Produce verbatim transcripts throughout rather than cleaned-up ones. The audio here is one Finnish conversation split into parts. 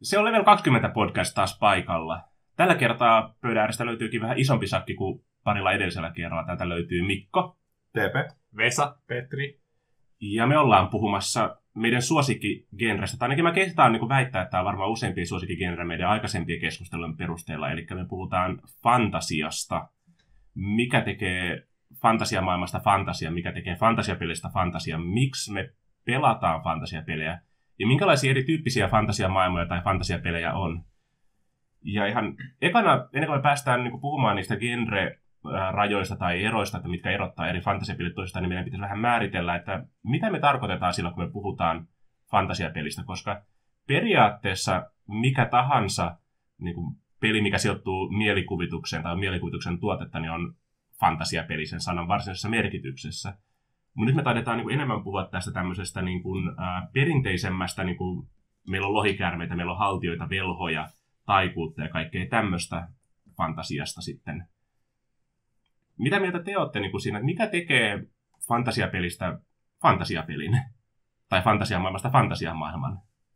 Se on Level kaksikymmentä podcast taas paikalla. Tällä kertaa pöydän äärestä löytyykin vähän isompi sakki kuin parilla edellisellä kerralla. Täältä löytyy Mikko, T P, Vesa, Petri. Ja me ollaan puhumassa meidän suosikkigenrestä. Tai ainakin mä kehtaan niin väittää, että tämä on varmaan useampia suosikkigenreä meidän aikaisempien keskustelujen perusteella. Eli me puhutaan fantasiasta. Mikä tekee fantasiamaailmasta fantasia? Mikä tekee fantasiapelistä fantasia? Miksi me pelataan fantasiapelejä? Ja minkälaisia erityyppisiä fantasiamaailmoja tai fantasiapelejä on? Ja ihan ekana, ennen kuin me päästään niin kuin puhumaan niistä genre-rajoista tai eroista, että mitkä erottaa eri fantasiapelit toisistaan, niin meidän pitäisi vähän määritellä, että mitä me tarkoitetaan silloin, kun me puhutaan fantasiapelistä, koska periaatteessa mikä tahansa niin kuin peli, mikä sijoittuu mielikuvitukseen tai mielikuvituksen tuotetta, niin on fantasiapeli sen sanan varsinaisessa merkityksessä. Mutta nyt me taidetaan niin kuin enemmän puhua tästä tämmöisestä niin kuin, äh, perinteisemmästä, niin kuin meillä on lohikäärmeitä, meillä on haltioita, velhoja, taikuutta ja kaikkea tämmöistä fantasiasta sitten. Mitä mieltä te olette niin kuin siinä, että mikä tekee fantasiapelistä fantasiapelin? Tai fantasiamaailmasta fantasiamaailman?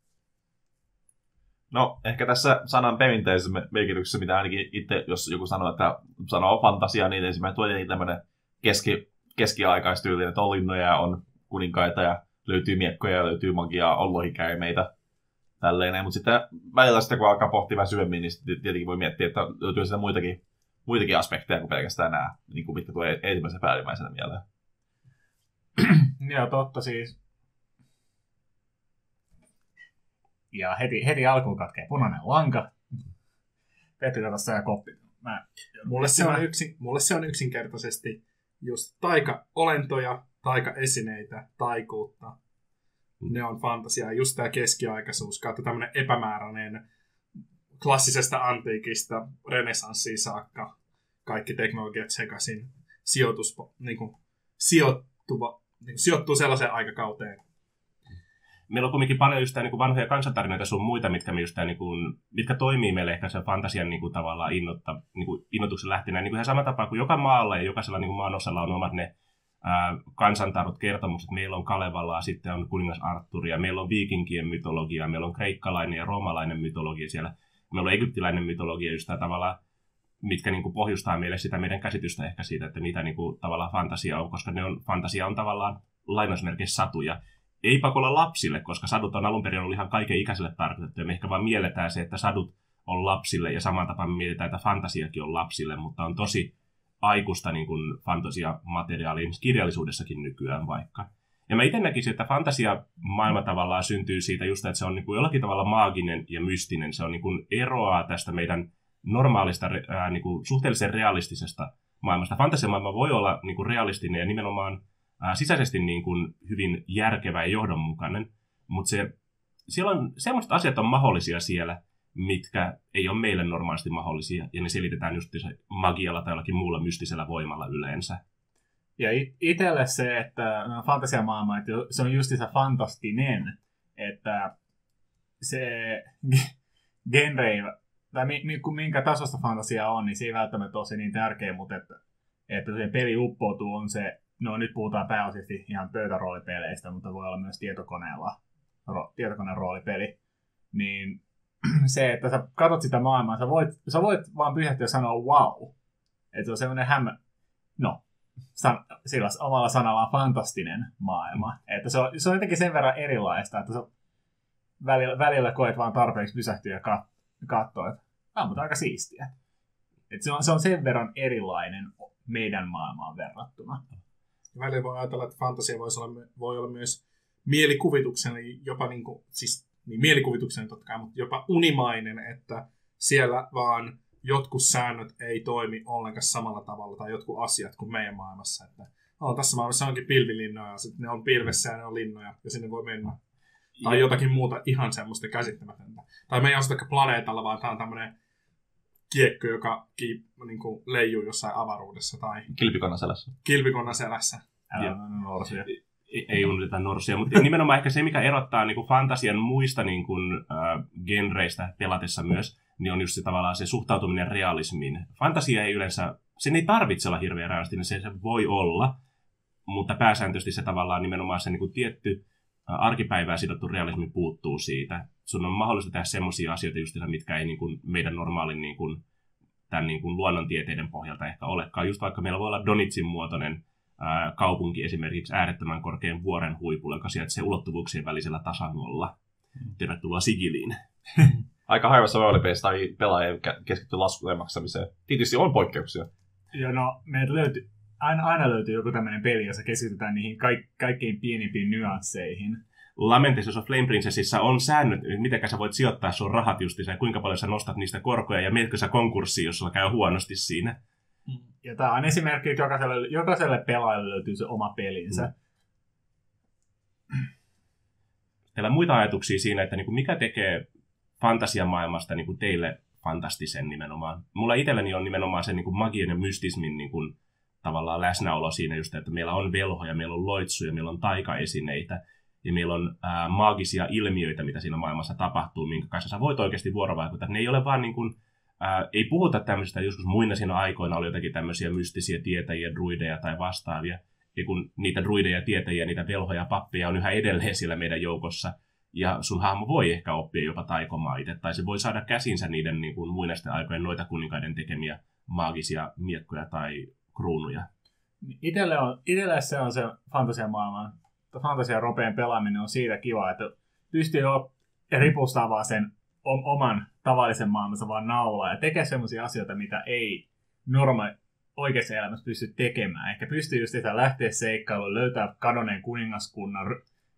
No, ehkä tässä sanan perinteisessä merkityksessä, mitä ainakin itse, jos joku sanoo, että sanoo fantasia, niin ensimmäinen tulee tämmöinen keski, keskiaikaistyylinen, että on linnoja, on kuninkaita ja löytyy miekkoja ja löytyy magiaa, on lohikäimeitä. Tälleen. Mutta sitten välillä sitten, kun alkaa pohtia vähän syvemmin, niin tietenkin voi miettiä, että löytyy sitä muitakin, muitakin aspekteja kuin pelkästään nämä, niin kuin mitkä tulee ensimmäisen päällimmäisenä mieleen. Joo, totta siis. Ja heti, heti alkuun katkee punainen lanka. Petri tuossa ja koppi. Mä... Mulle, se on yksin, mulle se on yksinkertaisesti just taika-olentoja, taika-esineitä, taikuutta. Ne on fantasiaa. Just tämä keskiaikaisuus, kautta tämmöinen epämääräinen klassisesta antiikista renessanssiin saakka. Kaikki teknologiat sekaisin. Sijoitus, niin kuin, sijoittuva, niin kuin, sijoittuu sellaiseen aikakauteen. Meillä on kuitenkin paljon just niin kuin vanhoja kansantarinoita sun muita, mitkä, me just, niin kuin, mitkä toimii meille ehkä sen fantasian niin kuin, tavallaan innotta, niin kuin, innotuksen lähtenä. Niin kuin ihan sama tapaa kuin joka maalla ja jokaisella niin kuin maan osalla on omat ne ää, kansantarot kertomukset. Meillä on Kalevalaa, sitten on kuningas Arthuria, meillä on viikinkien mytologia, meillä on kreikkalainen ja roomalainen mytologia siellä. Meillä on egyptiläinen mytologia, just tämä tavallaan, mitkä niin kuin, pohjustaa meille sitä meidän käsitystä ehkä siitä, että mitä niin kuin, tavallaan fantasia on, koska ne on, fantasia on tavallaan lainausmerkeissä satuja. Ei pakolla lapsille, koska sadut on alun perin ollut ihan kaiken ikäiselle tarkoitettu. Ja me ehkä vaan mielletään se, että sadut on lapsille ja saman tapaan me mietitään, että fantasiakin on lapsille, mutta on tosi aikuista niin kuin fantasiamateriaalia kirjallisuudessakin nykyään vaikka. Ja mä itse näkisin, että fantasia-maailma tavallaan syntyy siitä just, että se on niin kuin jollakin tavalla maaginen ja mystinen. Se on niin kuin eroaa tästä meidän normaalista, ää, niin kuin suhteellisen realistisesta maailmasta. Fantasiamaailma voi olla niin kuin realistinen ja nimenomaan sisäisesti niin kuin hyvin järkevä ja johdonmukainen, mutta se, siellä on, sellaiset asiat on mahdollisia siellä, mitkä ei ole meille normaalisti mahdollisia, ja ne selitetään just magialla tai jollakin muulla mystisellä voimalla yleensä. Ja it- itselle se, että no, fantasiamaailma, että se on just se fantastinen, että se genre, tai mi- minkä tasosta fantasia on, niin se ei välttämättä ole se niin tärkeä, mutta että, että se peli uppoutuu on se. No nyt puhutaan pääasiassa ihan pöytäroolipeleistä, mutta voi olla myös tietokoneella, ro, tietokoneen roolipeli. Niin se, että sä katsot sitä maailmaa, sä voit, sä voit vaan pysähtyä ja sanoa wow. Että se on semmoinen hämmä, no, san, sillä omalla sanallaan fantastinen maailma. Että se on, se on jotenkin sen verran erilaista, että sä välillä, välillä koet vaan tarpeeksi pysähtyä ja kat, katsoa, että ah, mutta aika siistiä. Että se on, se on sen verran erilainen meidän maailmaan verrattuna. Välillä voi ajatella, että fantasia voisi olla, voi olla myös mielikuvituksen, jopa niin kuin, siis niin mielikuvituksen totta kai, mutta jopa unimainen, että siellä vaan jotkut säännöt ei toimi ollenkaan samalla tavalla tai jotkut asiat kuin meidän maailmassa. Että, oh, tässä maailmassa onkin pilvilinnoja ja sitten ne on pilvessä ja ne on linnoja ja sinne voi mennä. Tai jotakin muuta ihan semmoista käsittämätöntä. Tai me ei ole planeetalla, vaan tämä on tämmöinen kiekko, joka kiip, niin kuin leijuu jossain avaruudessa. Tai Kilpikonnan selässä. Kilpikonnan selässä. Älä norsia. Ei, ei unnita norsia, mutta nimenomaan ehkä se, mikä erottaa niin kuin fantasian muista niin kuin, äh, genreistä pelatessa myös, niin on just se tavallaan se suhtautuminen realismiin. Fantasia ei yleensä, sen ei tarvitse olla hirveän realistinen, se, se voi olla, mutta pääsääntöisesti se tavallaan nimenomaan se niin kuin tietty arkipäivää sidottu realismi puuttuu siitä. Sun on mahdollista tehdä semmoisia asioita, just, mitkä ei niin kuin meidän normaalin niin kuin, tämän niin kuin luonnontieteiden pohjalta ehkä olekaan. Just vaikka meillä voi olla Donitsin muotoinen ää, kaupunki esimerkiksi äärettömän korkean vuoren huipulla, joka sijaitsee ulottuvuuksien välisellä tasangolla. Tervetuloa Sigiliin. Aika harvassa roolipelissä tai pelaajien keskittyy laskujen maksamiseen. Tietysti on poikkeuksia. Joo, no meiltä löytyy, aina, aina löytyy joku tämmöinen peli, jossa keskitytään niihin kaik, kaikkein pienimpiin nyansseihin. Lamentations of Flame Princessissa on säännöt, miten sä voit sijoittaa sun rahat justiinsa ja kuinka paljon sä nostat niistä korkoja ja menetkö sä konkurssiin, jos sulla käy huonosti siinä. Ja tää on esimerkki, että jokaiselle, jokaiselle pelaajalle löytyy se oma pelinsä. Mm. Teillä on muita ajatuksia siinä, että niin kuin mikä tekee fantasiamaailmasta niin kuin teille fantastisen nimenomaan. Mulla itselläni on nimenomaan se niin kuin magian ja mystismin niin kuin, tavallaan läsnäolo siinä just, että meillä on velhoja, meillä on loitsuja, meillä on taikaesineitä ja meillä on ää, maagisia ilmiöitä, mitä siinä maailmassa tapahtuu, minkä kanssa sä voit oikeasti vuorovaikuttaa. Ne ei ole vaan niin kuin, ää, ei puhuta tämmöisistä, joskus muinaisina aikoina oli jotakin tämmöisiä mystisiä tietäjiä, druideja tai vastaavia. Ja kun niitä druideja, tietäjiä, niitä velhoja, pappeja on yhä edelleen siellä meidän joukossa, ja sun hahmo voi ehkä oppia jopa taikomaan itse, tai se voi saada käsinsä niiden niin kuin muinaisten aikojen noita kuninkaiden tekemiä maagisia miekkoja tai kruunuja. Itelle, on, itelle se on se fantasiamaailman, fantasiaropeen pelaaminen on siitä kiva, että pystyy jo ripustaa vaan sen oman tavallisen maailmansa vaan naulaa ja tekee sellaisia asioita, mitä ei normaali oikeassa elämässä pysty tekemään. Ehkä pystyy just sitä lähteä seikkailuun, löytää kadonneen kuningaskunnan,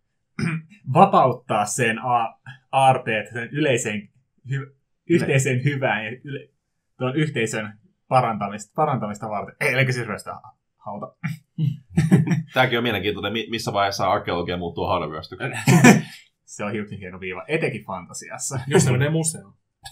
vapauttaa sen a- aarteet sen yleiseen, hy- yhteiseen hyvään ja yle- tuon yhteisön parantamista, parantamista varten. Ei, eli siis ryöstää hauta. Tämäkin on mielenkiintoinen, missä vaiheessa arkeologia muuttuu haudanryöstöksi. Se on hiukan hieno viiva, etenkin fantasiassa. Jos ne menee museoon.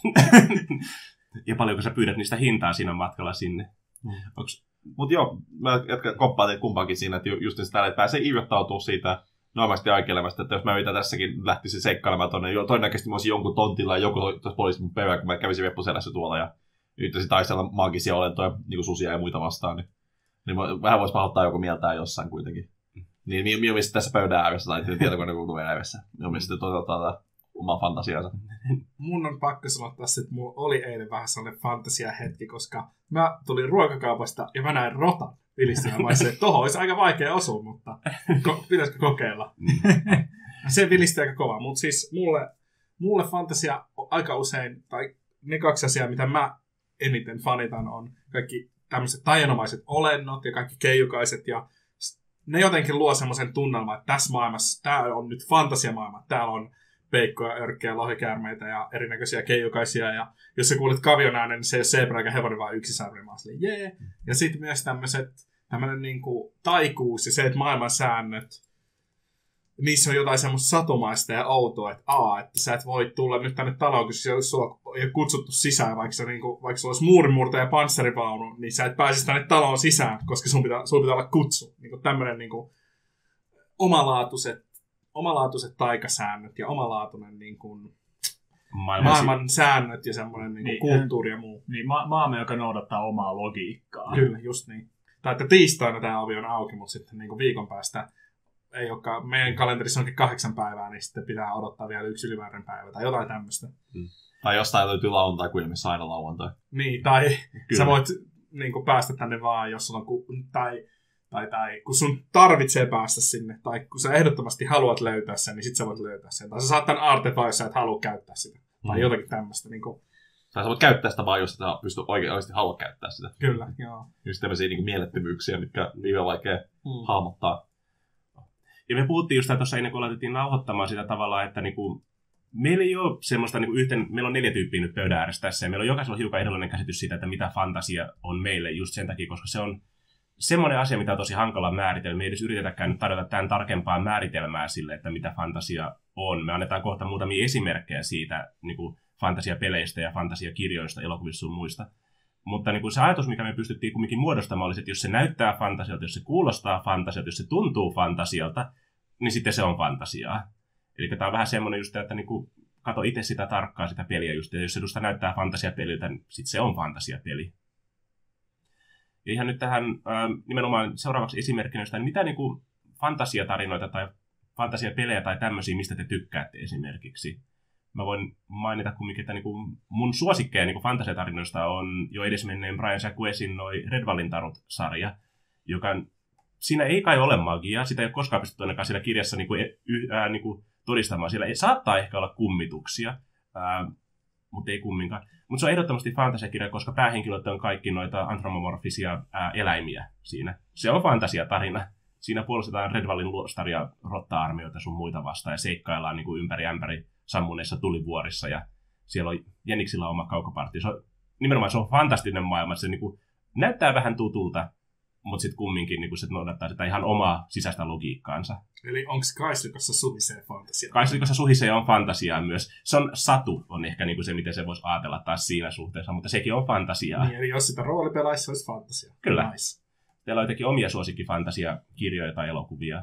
Ja paljonko sä pyydät niistä hintaa siinä matkalla sinne. Mm. Onks... Mutta joo, mä komppaan teitä kumpaankin siinä, että just sitä, että pääsee irrottautumaan siitä normaalisti arkielämästä, että jos mä yritän tässäkin lähtisin seikkailemaan tuonne, jo, todennäköisesti mä olisin jonkun tontilla ja joku poliisi mun perään, kun mä kävisin reppuselässä tuolla ja yrittäisin taistella maagisia olentoja, niin kuin susia ja muita vastaan, niin, niin vähän voisi pahoittaa joku mieltään jossain kuitenkin. Niin minun mielestä tässä pöydän ääressä tai tietokonekulttuurin ääressä, minun mielestä toteuttaa omaa fantasiansa. Mun on pakko sanoa tässä, että mulla oli eilen vähän sellainen fantasiahetki, koska mä tulin ruokakaupasta ja mä näin rotan vilistinä. Mä olisin, että tohon olisi aika vaikea osua, mutta ko- pitäisikö kokeilla? Se vilisti aika kova, mutta siis mulle, mulle fantasia aika usein, tai ne kaksi asiaa, mitä mä eniten fanitan, on kaikki tämmöiset taianomaiset olennot ja kaikki keijukaiset ja ne jotenkin luo semmoisen tunnelman, että tässä maailmassa, tää on nyt fantasiamaailma, täällä on peikkoja, örkkejä, lohikäärmeitä ja erinäköisiä keijukaisia. Ja jos sä kuulet kavion äänen, niin se ei ole zebra eikä hevonen, vaan yksi sarvi. Mä olin, jee. Ja sitten myös tämmöiset, tämmöinen niinku taikuus ja se, että maailman säännöt, niissä on jotain semmoista satumaista ja outoa, että aa, että sä et voi tulla nyt tänne taloon, kun sua ei ole kutsuttu sisään, vaikka, se, niinku, vaikka sulla olisi muurimurta ja panssarivaunu, niin sä et pääsisi tänne taloon sisään, koska sun pitää, sun pitää olla kutsu. Niinku tämmöinen niinku omalaatuiset omalaatuiset taikasäännöt ja omalaatuinen niin kuin, maailman, maailman säännöt ja semmoinen niin niin, kulttuuri ja muu. Niin, ma- maailma, joka noudattaa omaa logiikkaa. Kyllä, just niin. Tai että tiistaina tämä ovi on auki, mutta sitten niin kuin viikon päästä ei olekaan, meidän kalenterissa onkin kahdeksan päivää, niin sitten pitää odottaa vielä yksi ylimääräinen päivä tai jotain tämmöistä. Hmm. Tai jostain löytyy lauantai, kuin ilmeisesti aina lauantai. Niin, tai Kyllä. sä voit niin kuin, päästä tänne vaan, jos sulla on, ku- tai Tai, tai kun sun tarvitsee päästä sinne, tai kun sä ehdottomasti haluat löytää sen, niin sit sä voit löytää sen. Tai sä saat tämän artefaktin, jos sä et halua käyttää sitä. Mm. Tai jotakin tämmöistä. Niin kuin... Tai sä voit käyttää sitä vaan, jos sä pystyt oikeasti halua käyttää sitä. Kyllä, joo. Just tämmöisiä niin kuin mielettömyyksiä, mitkä on vaikea mm. hahmottaa. Ja me puhuttiin just tuossa ennen kuin laitettiin nauhoittamaan sitä tavallaan, että niinku, meillä ei ole semmoista niinku yhten, meillä on neljä tyyppiä nyt pöydän ääressä tässä, ja meillä on jokaisella hiukan erilainen käsitys siitä, että mitä fantasia on meille just sen takia, koska se on semmoinen asia, mitä on tosi hankala määritellä. Me ei edes yritetäkään nyt tarjota tämän tarkempaa määritelmää sille, että mitä fantasia on. Me annetaan kohta muutamia esimerkkejä siitä niin kuin fantasiapeleistä ja fantasiakirjoista, elokuvista sun muista. Mutta niin kuin se ajatus, mikä me pystyttiin kumminkin muodostamaan, oli, että jos se näyttää fantasialta, jos se kuulostaa fantasialta, jos se tuntuu fantasialta, niin sitten se on fantasiaa. Eli tämä on vähän semmoinen just, että niin kuin, kato itse sitä tarkkaa sitä peliä just, ja jos se susta näyttää fantasiapeliltä, niin sitten se on fantasiapeli. Ja ihan nyt tähän äh, nimenomaan seuraavaksi esimerkkinä, niin mitä niin kuin fantasiatarinoita tai fantasiapelejä tai tämmöisiä, mistä te tykkäätte esimerkiksi. Mä voin mainita kumminkin, että niinku mun suosikkeja niinku fantasiatarinoista on jo edesmenneen Brian Jacquesin noi Redwallin tarot-sarja, joka siinä ei kai ole magiaa, sitä ei ole koskaan pystytty ainakaan siinä kirjassa niinku, ää, niinku todistamaan. Siellä ei, saattaa ehkä olla kummituksia, ää, mutta ei kumminkaan. Mutta se on ehdottomasti fantasiakirja, koska päähenkilöt on kaikki noita antropomorfisia ää, eläimiä siinä. Se on fantasiatarina. Siinä puolustetaan Redwallin luostaria, rotta-armioita sun muita vastaan ja seikkaillaan niin kuin ympäri ämpäri sammuneissa tulivuorissa ja siellä on jäniksillä oma kaukopartti. Se on, nimenomaan se on fantastinen maailma, se niin kuin näyttää vähän tutulta, mutta sitten kumminkin niin kuin se noudattaa sitä ihan omaa sisäistä logiikkaansa. Eli onko Kaislikossa suhisee fantasiaa? Kaislikossa suhisee on fantasiaa myös. Se on satu, on ehkä niin kuin se, miten se voisi ajatella taas siinä suhteessa, mutta sekin on fantasiaa. Niin, eli jos sitä roolipelaisi, se olisi fantasiaa. Kyllä. Nice. Teillä on jotenkin omia suosikkifantasiakirjoja tai elokuvia.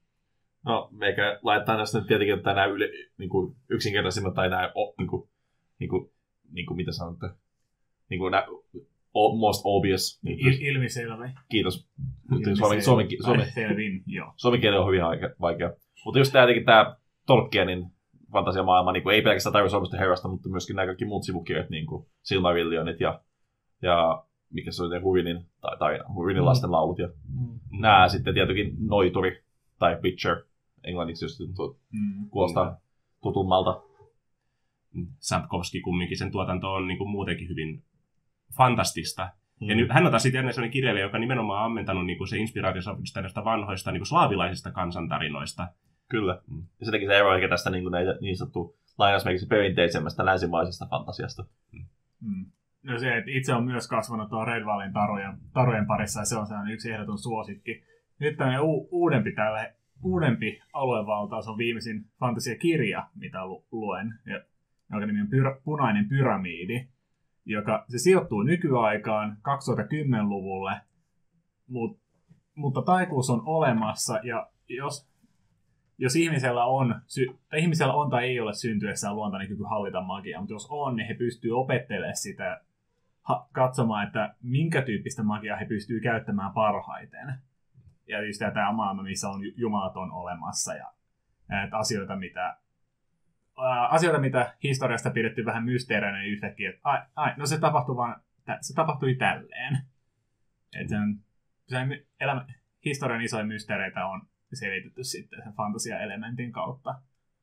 No, meikä laittaa näistä nyt tietenkin, että nämä yle, niin kuin yksinkertaisimmat tai nämä, niin kuin, niin kuin, niin kuin mitä sanotte, niin kuin nämä most obvious. Niin, Il- ilmiselvä. Kiitos. Suomen, suomen, suomen, Selvin, joo. suomen kieli on hyvin vaikea. Mutta just tämä jotenkin tämä Tolkienin fantasiamaailma, niin kuin ei pelkästään Taiva Suomesta herrasta, mutta myöskin nämä kaikki muut sivukirjat, niin kuin Silmarillionit ja, ja mikä se oli, Hurinin, tai, tai Hurinin lasten laulut. Ja mm. nämä sitten tietenkin Noituri tai Witcher, englanniksi just tu- mm. kuulostaa tutummalta. Sapkowski kumminkin, sen tuotanto on niin kuin muutenkin hyvin fantastista. Mm. Ja nyt, hän on taas sitten sellainen kirjailija, joka nimenomaan on ammentanut niin kuin se inspiraationsa näistä vanhoista niin kuin slaavilaisista kansantarinoista. Kyllä. Mm. Ja se teki se ero eikä tästä niin, kuin näitä, niin sanottu lainausmerkissä perinteisemmästä länsimaisesta fantasiasta. Mm. Mm. No se, että itse on myös kasvanut tuon Redwallin tarujen, tarujen parissa ja se on sellainen yksi ehdoton suosikki. Nyt tämmöinen u- uudempi, tälle, uudempi aluevaltaus on viimeisin fantasiakirja, mitä lu- luen, ja, jonka nimi on Pyra- Punainen pyramiidi, joka se sijoittuu nykyaikaan kaksituhattakymmenluvulle, mut, mutta taikuus on olemassa ja jos, jos ihmisellä, on, sy- tai ihmisellä on tai ei ole syntyessään luontainen kyky hallita magiaa, mutta jos on, niin he pystyvät opettelemaan sitä, ha- katsomaan, että minkä tyyppistä magiaa he pystyvät käyttämään parhaiten. Ja just tämä maailma, missä on jumalat on olemassa ja näitä asioita, mitä, ää, asioita, mitä historiasta pidetty vähän mysteereinä, niin yhtäkkiä, että ai, ai, no se tapahtui, vaan, se tapahtui tälleen. Että sen, sen elämä, historian isoja mysteereitä on selitetty sitten sen fantasia-elementin kautta.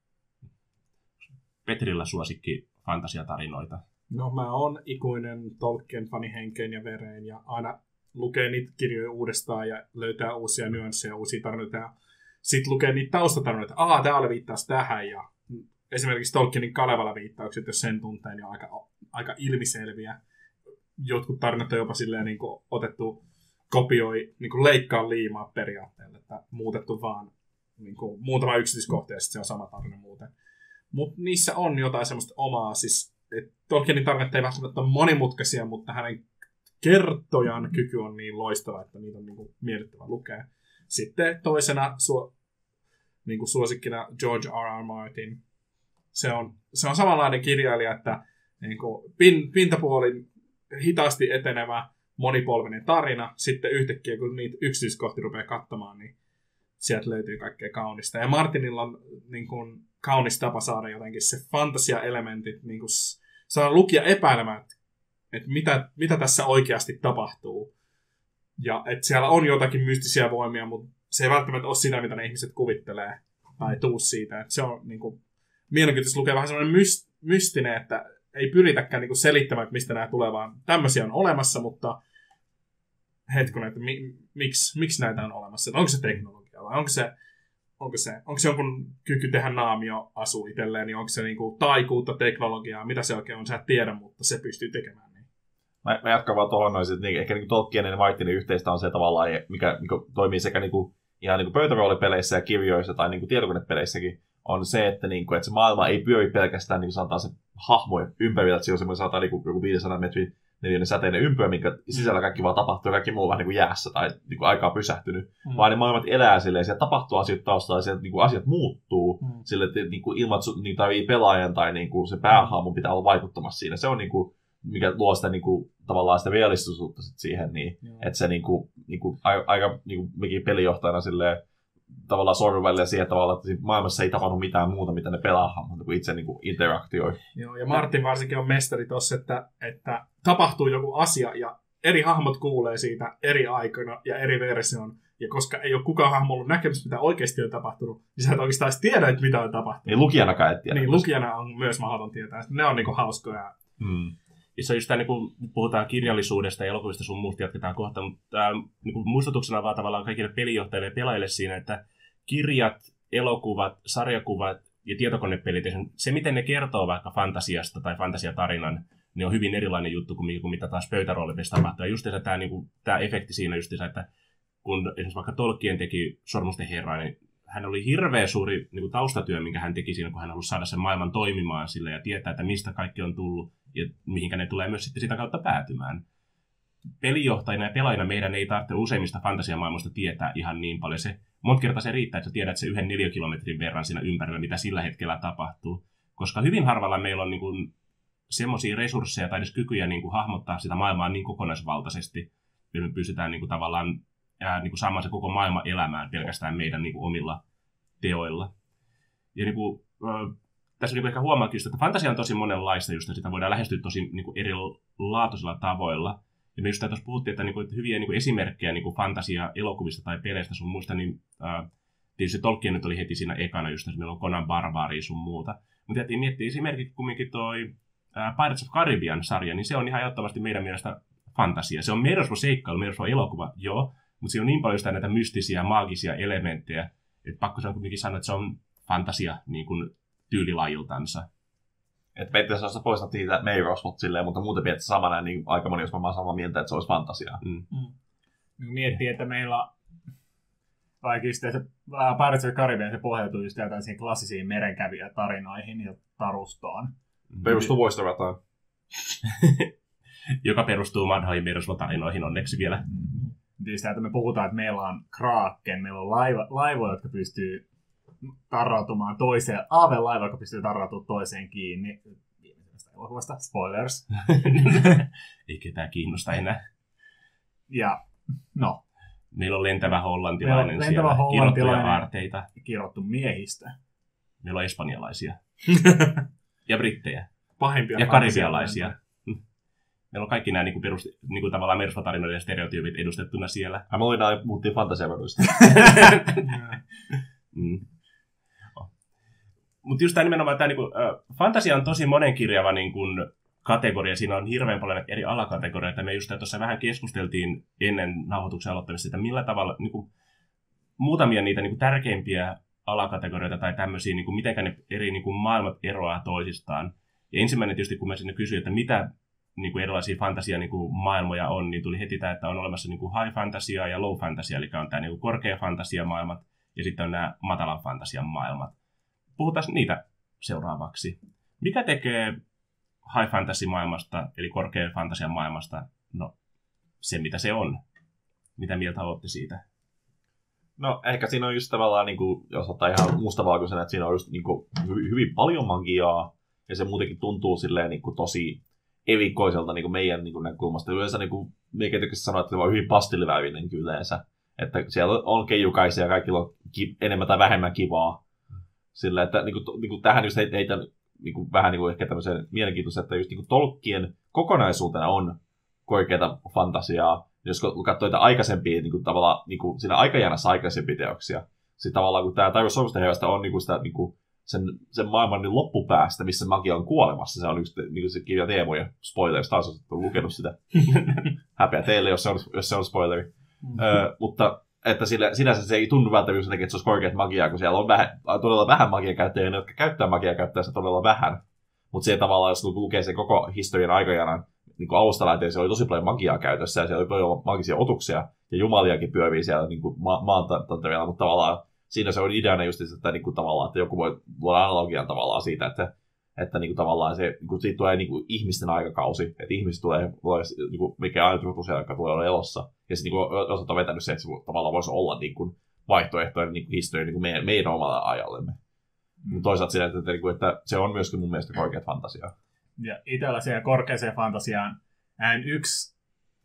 Petrillä suosikki fantasiatarinoita. No mä oon ikuinen Tolkien-fani henkeen ja vereen ja aina lukee niitä kirjoja uudestaan ja löytää uusia nyansseja, uusia tarinoita ja sitten lukee niitä taustatarinoita. Aa, täällä viittaisi tähän ja esimerkiksi Tolkienin Kalevala-viittaukset, jos sen tuntee, niin on aika, aika ilmiselviä. Jotkut tarinat on jopa silleen niin kuin otettu, kopioi, niin kuin leikkaa liimaa periaatteella, että muutettu vaan niin kuin muutama yksityiskohta ja sitten se on sama tarina muuten. Mutta niissä on jotain semmoista omaa, siis Tolkienin tarinat ei välttämättä ole monimutkaisia, mutta hänen kertojan kyky on niin loistava, että niitä on niin kuin miellyttävä lukea. Sitten toisena su- niin kuin suosikkina George R. R. Martin. Se on, se on samanlainen kirjailija, että niin kuin pin, pintapuolin hitaasti etenevä monipolvinen tarina. Sitten yhtäkkiä, kun niitä yksityiskohtia rupeaa katsomaan, niin sieltä löytyy kaikkea kaunista. Ja Martinilla on niin kuin kaunis tapa saada jotenkin se fantasia-elementit, niin kuin saada lukija epäilemään, että, että mitä, mitä tässä oikeasti tapahtuu. Ja että siellä on jotakin mystisiä voimia, mutta se ei välttämättä ole sitä, mitä ne ihmiset kuvittelee tai tuu siitä. Että se on niin kuin mielenkiintoista lukea vähän sellainen myst, mystinen, että ei pyritäkään niin kuin selittämään, että mistä nämä tulee, vaan tämmöisiä on olemassa, mutta hetkinen, että mi, miksi, miksi näitä on olemassa? Onko se teknologia vai onko se, onko se, onko se jonkun kyky tehdä naamio-asu itselleen, niin onko se niin kuin taikuutta, teknologiaa, mitä se oikein on, sä et tiedä, mutta se pystyy tekemään niin. Mä, mä jatkan vaan tuohon noin, että ehkä niin Tolkienin ja Martinin yhteistä on se tavallaan, mikä mikä toimii sekä niin kuin, ihan niin kuin pöytäroolipeleissä ja kirjoissa tai niin kuin tietokonepeleissäkin, on se, että, niin kuin, että se maailma ei pyöri pelkästään niin kuin sanotaan se hahmojen ympärillä, että se on semmoinen sanotaan niin kuin joku viisisataa metrin neljännen säteinen ympyrä, minkä sisällä kaikki vaan tapahtuu ja kaikki muu vähän niin kuin jäässä tai niin kuin aikaa pysähtynyt, mm. vaan ne maailmat elää silleen, siellä tapahtuu asioita taustalla ja sieltä niin kuin asiat muuttuu mm. sille, että niin kuin ilman, että niin tarvii pelaajan tai niin kuin se päähahmon pitää olla vaikuttamassa siinä. Se on niin kuin, mikä luo sitä niin kuin, tavallaan sitä realistisuutta sit siihen, niin, mm. että se niin kuin, niin kuin, aika, aika niin kuin mekin pelijohtajana silleen, tavallaan sormin välillä siihen tavalla, että maailmassa ei tapahdu mitään muuta, mitä ne pelaa, mutta kun itse niin kuin interaktioi. Joo, ja Martin varsinkin on mestari tuossa, että, että tapahtuu joku asia ja eri hahmot kuulee siitä eri aikoina ja eri versioon. Ja koska ei ole kukaan hahmo ollut näkemys, mitä oikeasti on tapahtunut, niin sä et oikeastaan edes tiedä, että mitä on tapahtunut. Ei lukijanakaan et tiedä. Niin, lukijana on myös mahdoton tietää. Ne on niinku hauskoja. Hmm. Ja se on just tämä, niin kun puhutaan kirjallisuudesta ja elokuvista sun muusta jatketaan kohta, mutta niin muistutuksena vaan tavallaan kaikille pelijohtajille ja pelaajille siinä, että kirjat, elokuvat, sarjakuvat ja tietokonepelit, se miten ne kertoo vaikka fantasiasta tai fantasiatarinan, niin on hyvin erilainen juttu kuin, kuin mitä taas pöytäroolipelissä tapahtuu. Ja just tämä, niin kuin, tämä efekti siinä just että kun esimerkiksi vaikka Tolkien teki Sormusten herraa, niin hän oli hirveän suuri niin kuin taustatyö, minkä hän teki siinä, kun hän halusi saada sen maailman toimimaan sille ja tietää, että mistä kaikki on tullut ja mihinkä ne tulee myös sitten sitä kautta päätymään. Pelijohtajina ja pelaajina meidän ei tarvitse useimmista fantasiamaailmoista tietää ihan niin paljon. Se, monta kertaa se riittää, että sä tiedät se yhden neliökilometrin verran siinä ympärillä, mitä sillä hetkellä tapahtuu. Koska hyvin harvalla meillä on niin kuin semmoisia resursseja tai edes kykyjä niin kuin hahmottaa sitä maailmaa niin kokonaisvaltaisesti, että me pystytään niin kuin tavallaan ja niin kuin saamaan se koko maailma elämään pelkästään meidän niin kuin omilla teoilla. Ja niin kuin, äh, tässä niin kuin ehkä huomaakin just, että fantasia on tosi monenlaista, just, että sitä voidaan lähestyä tosi niin kuin erilaatuisilla tavoilla. Ja me just tuossa puhuttiin, että, niin kuin, että hyviä niin kuin esimerkkejä niin kuin fantasia-elokuvista tai peleistä sun muista, niin äh, tietysti Tolkien nyt oli heti siinä ekana, just että meillä on Conan Barbaria sun muuta. Mutta jätiin miettiä esimerkiksi kumminkin toi äh, Pirates of Caribbean-sarja, niin se on ihan ehdottomasti meidän mielestä fantasia. Se on Meerosvo-seikkailu, Meerosvo-elokuva, joo. Mutta siinä on niin paljon näitä mystisiä, maagisia elementtejä, että pakko se on kuitenkin sanoa, että se on fantasia niin kuin tyylilajiltansa. Että periaatteessa jos sä poistat niitä Meirosvot silleen, mutta muuten pidät samana, niin aika moni olisi varmaan samaa mieltä, että se olisi fantasiaa. Mm. Mm. Miettii, että meillä vaikka just se Pirates of the Caribbean, se pohjautuu just tällaisiin klassisiin merenkävijätarinoihin ja tarustoon. Perustuu Voistorataan. Joka perustuu vanhoihin Meirosvo-tarinoihin onneksi vielä. Mm. Tietysti, että me puhutaan, että meillä on Kraken, meillä on laiva, laivoja, jotka pystyy tarrautumaan toiseen, aavelaiva, joka pystyy tarrautumaan toiseen kiinni. Viimeisestä elokuvasta, spoilers. Ei ketään kiinnosta enää. Ja, no. Meillä on lentävä hollantilainen lentävä siellä, hollantilainen, kirottuja aarteita. Kirottu miehistö. Meillä on espanjalaisia. Ja brittejä. Pahimpia ja karibialaisia. Meillä on kaikki nämä niin kuin perus, niin kuin tavallaan Meirosvo-tarinoiden stereotyypit edustettuna siellä. Ja me ollaan muuttiin fantasiaveroista. mm. oh. Mutta just tämä nimenomaan, tämä niin kuin, äh, fantasia on tosi monenkirjava niin kuin, kategoria. Siinä on hirveän paljon eri alakategorioita. Me just tuossa vähän keskusteltiin ennen nauhoituksen aloittamista, että millä tavalla niin kuin, muutamia niitä niin kuin, tärkeimpiä alakategorioita tai tämmöisiä, niin kuin, miten ne eri niin kuin, maailmat eroaa toisistaan. Ja ensimmäinen tietysti, kun mä sinne kysyin, että mitä niin kuin erilaisia fantasia-maailmoja on, niin tuli heti tämä, että on olemassa niin kuin high fantasia ja low fantasia, eli on tämä niin kuin korkea fantasia-maailmat, ja sitten on nämä matalan fantasian maailmat. Puhutaan niitä seuraavaksi. Mikä tekee high fantasy-maailmasta, eli korkean fantasian maailmasta, no se mitä se on? Mitä mieltä olette siitä? No ehkä siinä on just tavallaan, niin kuin, jos ottaa ihan mustavalkoisena, että siinä on just niin kuin, hyvin paljon magiaa, ja se muutenkin tuntuu silleen niin kuin, tosi evikoiselta niin kuin meidän niin kuin näkökulmasta. Yleensä niin kuin, mikä tykkäisi sanoa, että se on hyvin pastiliväyinen yleensä. Että siellä on keijukaisia ja kaikilla on ki- enemmän tai vähemmän kivaa. Sillä, että niin kuin, niin kuin tähän just heitän niin kuin, vähän niin kuin ehkä tämmöisen mielenkiintoisen, että just niin kuin Tolkien kokonaisuutena on korkeata fantasiaa. Jos katsoo niitä aikaisempia, niin kuin, tavallaan niin kuin siinä aikajanassa aikaisempia teoksia, sitten tavallaan kun tämä Taivas Sormusten herrasta on niin kuin sitä niin kuin, sen, sen maailman niin loppupäästä, missä magia on kuolemassa. Se on yksi niin se kirja teemo, ja spoilers, taas olet lukenut sitä. Häpeä teille, jos se on, jos se on spoileri. Mm-hmm. Ö, mutta että sillä, sinänsä se ei tunnu välttämättä, että se olisi korkeat magiaa, kun siellä on vähän, todella vähän magiaa käyttäjiä, ne, jotka käyttää magiaa, käyttää sitä todella vähän. Mutta se tavallaan, jos lukee sen koko historian aikajanan, niin kuin alusta lähtien, siellä oli tosi paljon magiaa käytössä, ja siellä oli paljon magisia otuksia, ja jumaliakin pyövii siellä niin kuin ma- maantantarilla, mutta tavallaan siinä se on ideana just, että, niin kuin, tavallaan, että joku voi luoda analogian tavallaan siitä, että, että niin kuin, tavallaan se, niin kuin, siitä tulee niin kuin, ihmisten aikakausi, että ihmiset tulee, niin kuin, mikä ainutlaatuinen tosiaan, joka tulee olla elossa. Ja sitten niin osat on vetänyt se, että se tavallaan voisi olla niin kuin, vaihtoehtoinen niin historia niin kuin meidän, meidän omalle ajallemme. Mm. Toisaalta siinä, että, että, että se on myöskin mun mielestä korkeat fantasiaa. Ja itsellä siihen korkeaseen fantasiaan ään yksi,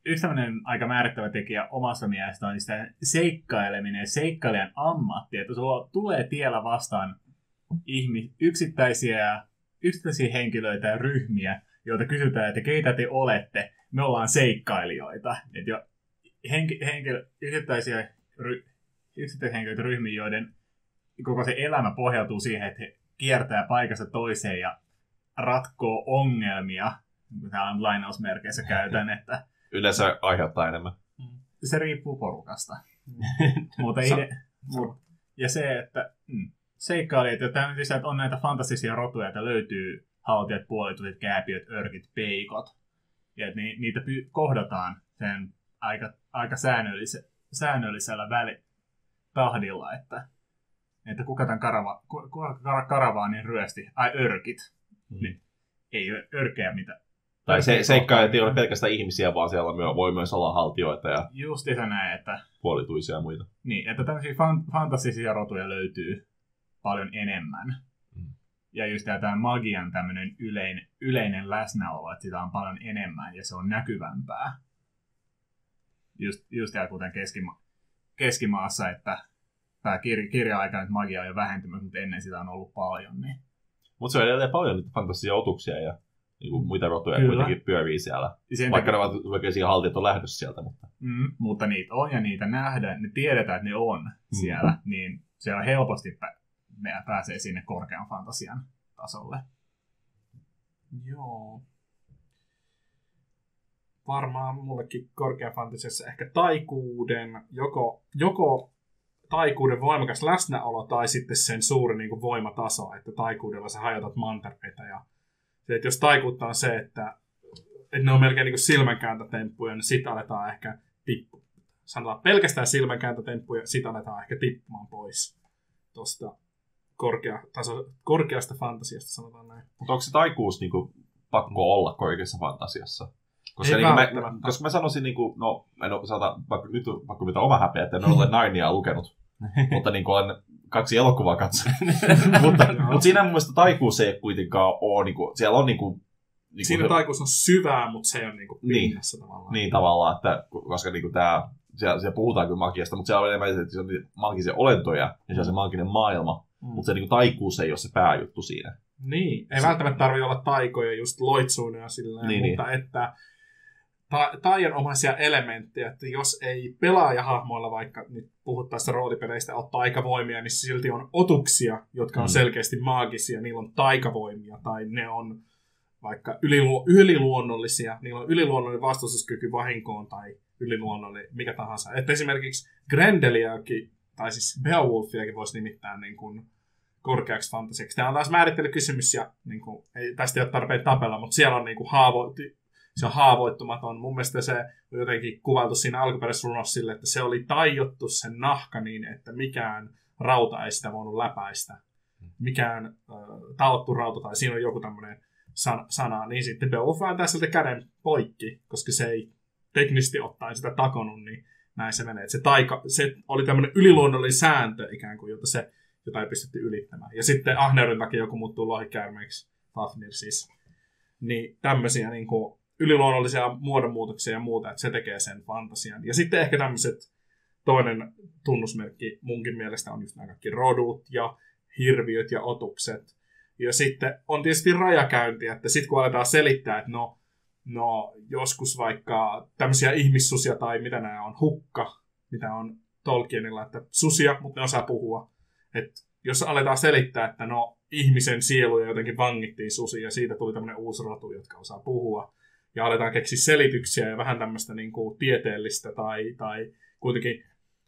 yksi tämmöinen aika määrittävä tekijä omasta mielestä on sitä seikkaileminen, seikkailijan ammatti, että sulla tulee tiellä vastaan ihmis, yksittäisiä, yksittäisiä henkilöitä ja ryhmiä, joita kysytään, että keitä te olette, me ollaan seikkailijoita. Että jo henki, henkilö, yksittäisiä, ry, yksittäisiä henkilöitä ryhmiä, joiden koko se elämä pohjautuu siihen, että he kiertää paikasta toiseen ja ratkoo ongelmia, täällä on lainausmerkeissä käytän, että yleensä aiheuttaa enemmän. Se riippuu porukasta. Mutta ei, mut, ja se, että mm, seikkailijat, ja tämä lisää, että on näitä fantastisia rotuja, että löytyy haltijat, puolituset, kääpiöt, örkit, peikot. Ja että ni, niitä py, kohdataan sen aika, aika säännöllise, säännöllisellä väli, tahdilla, että, että kuka tämän karava, kuka karavaanin ryösti, ai örkit, mm. niin ei ole örkeä mitä. Tai se, seikkailijat ei ole pelkästään ihmisiä, vaan siellä voi myös olla haltioita ja justiinsa näin, että puolituisia ja muita. Niin, että tämmöisiä fan- fantastisia rotuja löytyy paljon enemmän. Mm. Ja just tämä magian tämmöinen yleinen, yleinen läsnäolo, että sitä on paljon enemmän ja se on näkyvämpää. Just, just ja kuten keskima- keskimaassa, että tämä kir- kirja-aikana magia on jo vähentynyt, mutta ennen sitä on ollut paljon. Niin. Mutta se on edelleen paljon niitä fantastisia otuksia ja niin muita rotuja Kyllä. kuitenkin pyörii siellä. Sen Vaikka takia ne ovat oikein haltijat on lähdössä sieltä. Mutta. Mm, mutta niitä on ja niitä nähdään, ne tiedetään, että ne on mm. siellä, niin se on helposti pä- me pääsee sinne korkean fantasian tasolle. Joo. Varmaan mullekin korkean fantasiassa ehkä taikuuden, joko, joko taikuuden voimakas läsnäolo tai sitten sen suuri niin kuin voimataso, että taikuudella sä hajotat mantereita ja se, että jos taikuutta on se, että, että ne on melkein niin kuin silmänkääntötemppuja, niin sit aletaan ehkä tippu. Sanotaan pelkästään silmänkääntötemppuja, sit aletaan ehkä tippumaan pois tuosta korkea, taso, korkeasta fantasiasta, sanotaan näin. Mutta onko se taikuus niin kuin, pakko olla korkeassa fantasiassa? Koska, niin mä, koska mä sanoisin, niin kuin, no, en ole, saata, vaikka, nyt on vaikka mitä oma häpeä, että en ole Narniaa lukenut, mutta niin kuin olen kaksi elokuvaa katsonut. mutta, mutta siinä mun mielestä taikuus ei kuitenkaan ole, niin kuin, siellä on niin kuin, niin siinä kuin, taikuus on syvää, mutta se on niin kuin pinnassa niin, tavallaan. Niin tavallaan, että, koska niin kuin tämä, siellä, siellä puhutaan kyllä magiasta, mutta siellä on enemmän, että se on magisia olentoja ja siellä on se maginen maailma, mm. mutta se niin kuin, taikuus ei ole se pääjuttu siinä. Niin, ei se, välttämättä tarvitse olla taikoja just loitsuina sillä niin, mutta niin. että ta- taianomaisia elementtejä, että jos ei pelaajahahmoilla vaikka nyt puhuttaessa roolipeleistä ole taikavoimia, niin silti on otuksia, jotka on mm. selkeästi maagisia, niillä on taikavoimia tai ne on vaikka ylilu- yliluonnollisia, niillä on yliluonnollinen vastustuskyky vahinkoon tai yliluonnollinen mikä tahansa. Että esimerkiksi Grendeliäkin, tai siis Beowulfiakin voisi nimittää niin kuin korkeaksi fantasiaksi. Tämä on taas määrittelykysymys ja niin kuin, ei, tästä ei ole tarpeen tapella, mutta siellä on niin kuin haavo, se on haavoittumaton. Mun mielestä se on jotenkin kuvailtu siinä alkuperäisessä runossa sille, että se oli taijottu sen nahka niin, että mikään rauta ei sitä voinut läpäistä. Mikään äh, taottu rauta tai siinä on joku tämmöinen san- sana. Niin sitten Beowulf vääntää siltä käden poikki, koska se ei teknisesti ottaen sitä takonut, niin näin se menee. Se, taika, se oli tämmöinen yliluonnollinen sääntö ikään kuin, jota, se, jota ei pystytty ylittämään. Ja sitten ahneuden takia joku muuttuu lohikäärmeeksi, Fafnir siis. Niin tämmöisiä niin kuin yliluonnollisia muodonmuutoksia ja muuta, että se tekee sen fantasian. Ja sitten ehkä tämmöiset, toinen tunnusmerkki munkin mielestä on just nämä kaikki rodut ja hirviöt ja otukset. Ja sitten on tietysti rajakäynti, että sitten kun aletaan selittää, että no, no joskus vaikka tämmöisiä ihmissusia tai mitä nämä on, hukka, mitä on Tolkienilla, että susia, mutta ne osaa puhua. Että jos aletaan selittää, että no ihmisen sieluja jotenkin vangittiin susia ja siitä tuli tämmöinen uusi rotu, jotka osaa puhua. Ja aletaan keksiä selityksiä ja vähän tämmöistä niin kuin tieteellistä tai, tai kuitenkin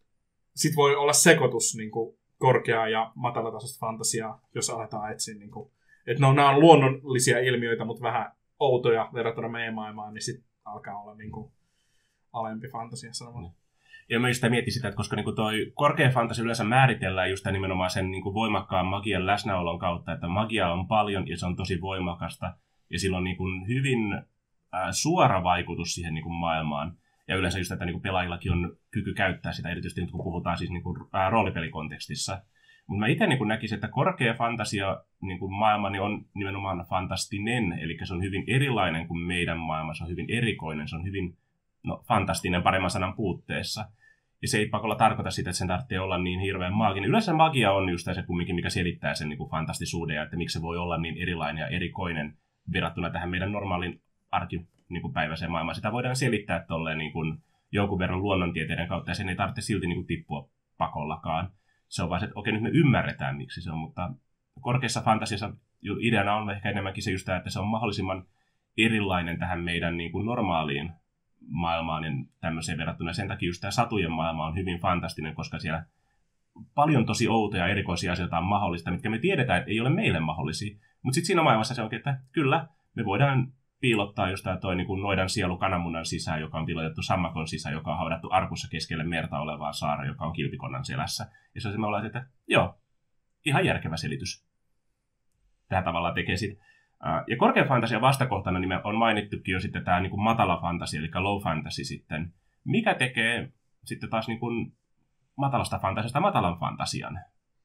sit voi olla sekoitus niin kuin korkeaa ja matalatasoista fantasiaa, jos aletaan etsiä. Niin kuin, että no, nämä on luonnollisia ilmiöitä, mutta vähän outoja verrattuna meidän maailmaan, niin sitten alkaa olla niin kuin alempi fantasia sanomalla. Ja mä sitä mietin sitä, että koska niinku toi korkea fantasia yleensä määritellään just nimenomaan sen niinku voimakkaan magian läsnäolon kautta, että magia on paljon ja se on tosi voimakasta ja sillä on niinku hyvin äh, suora vaikutus siihen niinku maailmaan. Ja yleensä just, että niinku pelaajillakin on kyky käyttää sitä, erityisesti nyt kun puhutaan siis niinku, äh, roolipelikontekstissa. Mutta mä itse niinku näkisin, että korkea fantasia niinku maailma niin on nimenomaan fantastinen, eli se on hyvin erilainen kuin meidän maailma, se on hyvin erikoinen, se on hyvin no, fantastinen paremman sanan puutteessa. Ja se ei pakolla tarkoita sitä, että sen tarvitsee olla niin hirveän maaginen. Yleensä magia on just se kumminkin, mikä selittää sen niin kuin fantastisuuden ja että miksi se voi olla niin erilainen ja erikoinen verrattuna tähän meidän normaalin arkipäiväiseen maailmaan. Sitä voidaan selittää tolleen niin kuin jonkun verran luonnontieteiden kautta ja sen ei tarvitse silti niin kuin tippua pakollakaan. Se on vaan se, että okei, nyt me ymmärretään, miksi se on, mutta korkeassa fantasiassa ideana on ehkä enemmänkin se just tämä, että se on mahdollisimman erilainen tähän meidän niin kuin normaaliin maailmaan ja tämmöiseen verrattuna. Sen takia just tämä satujen maailma on hyvin fantastinen, koska siellä paljon tosi outoja erikoisia asioita on mahdollista, mitkä me tiedetään, että ei ole meille mahdollisia. Mutta sitten siinä maailmassa se onkin, että kyllä, me voidaan piilottaa just tämä toi niin kuin noidan sielu kananmunan sisään, joka on piilotettu sammakon sisään, joka on haudattu arkussa keskelle merta olevaa saara, joka on kilpikonnan selässä. Ja se on se, me ollaan, että joo, ihan järkevä selitys. Tähän tavallaan tekee sitten. Ja korkean fantasian vastakohtana niin me on mainittukin jo sitten tämä niin kuin matala fantasia, eli low fantasy sitten. Mikä tekee sitten taas niin kuin matalasta fantasiasta matalan fantasian?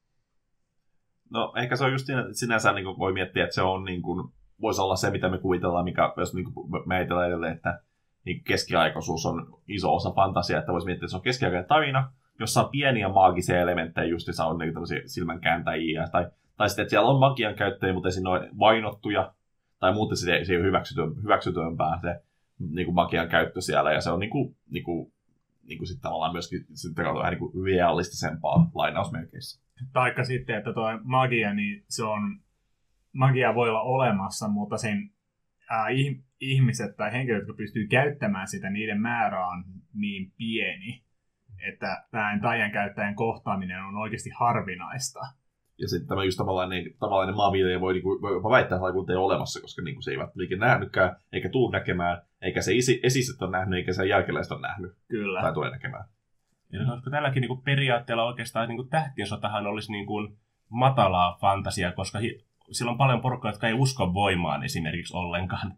No ehkä se on just sinänsä, niin kuin voi miettiä, että se on niin kuin, voisi olla se, mitä me kuvitellaan, mikä jos niin kuin me ajatellaan edelleen, että niin keskiaikaisuus on iso osa fantasiaa, että voisi miettiä, että se on keskiaikainen tarina, jossa on pieniä maagisia elementtejä, just se on niin tämmöisiä silmänkääntäjiä, tai, tai sitten, että siellä on magian käyttäjiä, mutta esiin noin vainottuja, tai muuten se ei ole hyväksytym, hyväksytympää se niin kuin magian käyttö siellä, ja se on niin kuin, niin kuin, niin kuin sitten tavallaan myöskin sitten vähän niin kuin realistisempaa lainausmerkeissä. Taikka sitten, että tuo magia, niin se on, magia voi olla olemassa, mutta sen ää, ihmiset tai henkilöt, jotka pystyy käyttämään sitä, niiden määrä on niin pieni, että tämän taian käyttäjän kohtaaminen on oikeasti harvinaista. Ja sitten tämä just tavallaan tavallinen maanviljelijä voi, niinku, voi jopa väittää, että kun ei ole olemassa, koska niinku, se ei välttämättä nähnytkään, eikä tuu näkemään, eikä se isi, esiset on nähnyt, eikä se jälkeläiset on nähnyt. Kyllä. Tai tulee näkemään. Ja koska tälläkin niin kuin periaatteella oikeastaan niin kuin tähtien sotahan olisi niin kuin matalaa fantasiaa, koska hi- sillä on paljon porukkaa, jotka ei usko voimaan esimerkiksi ollenkaan.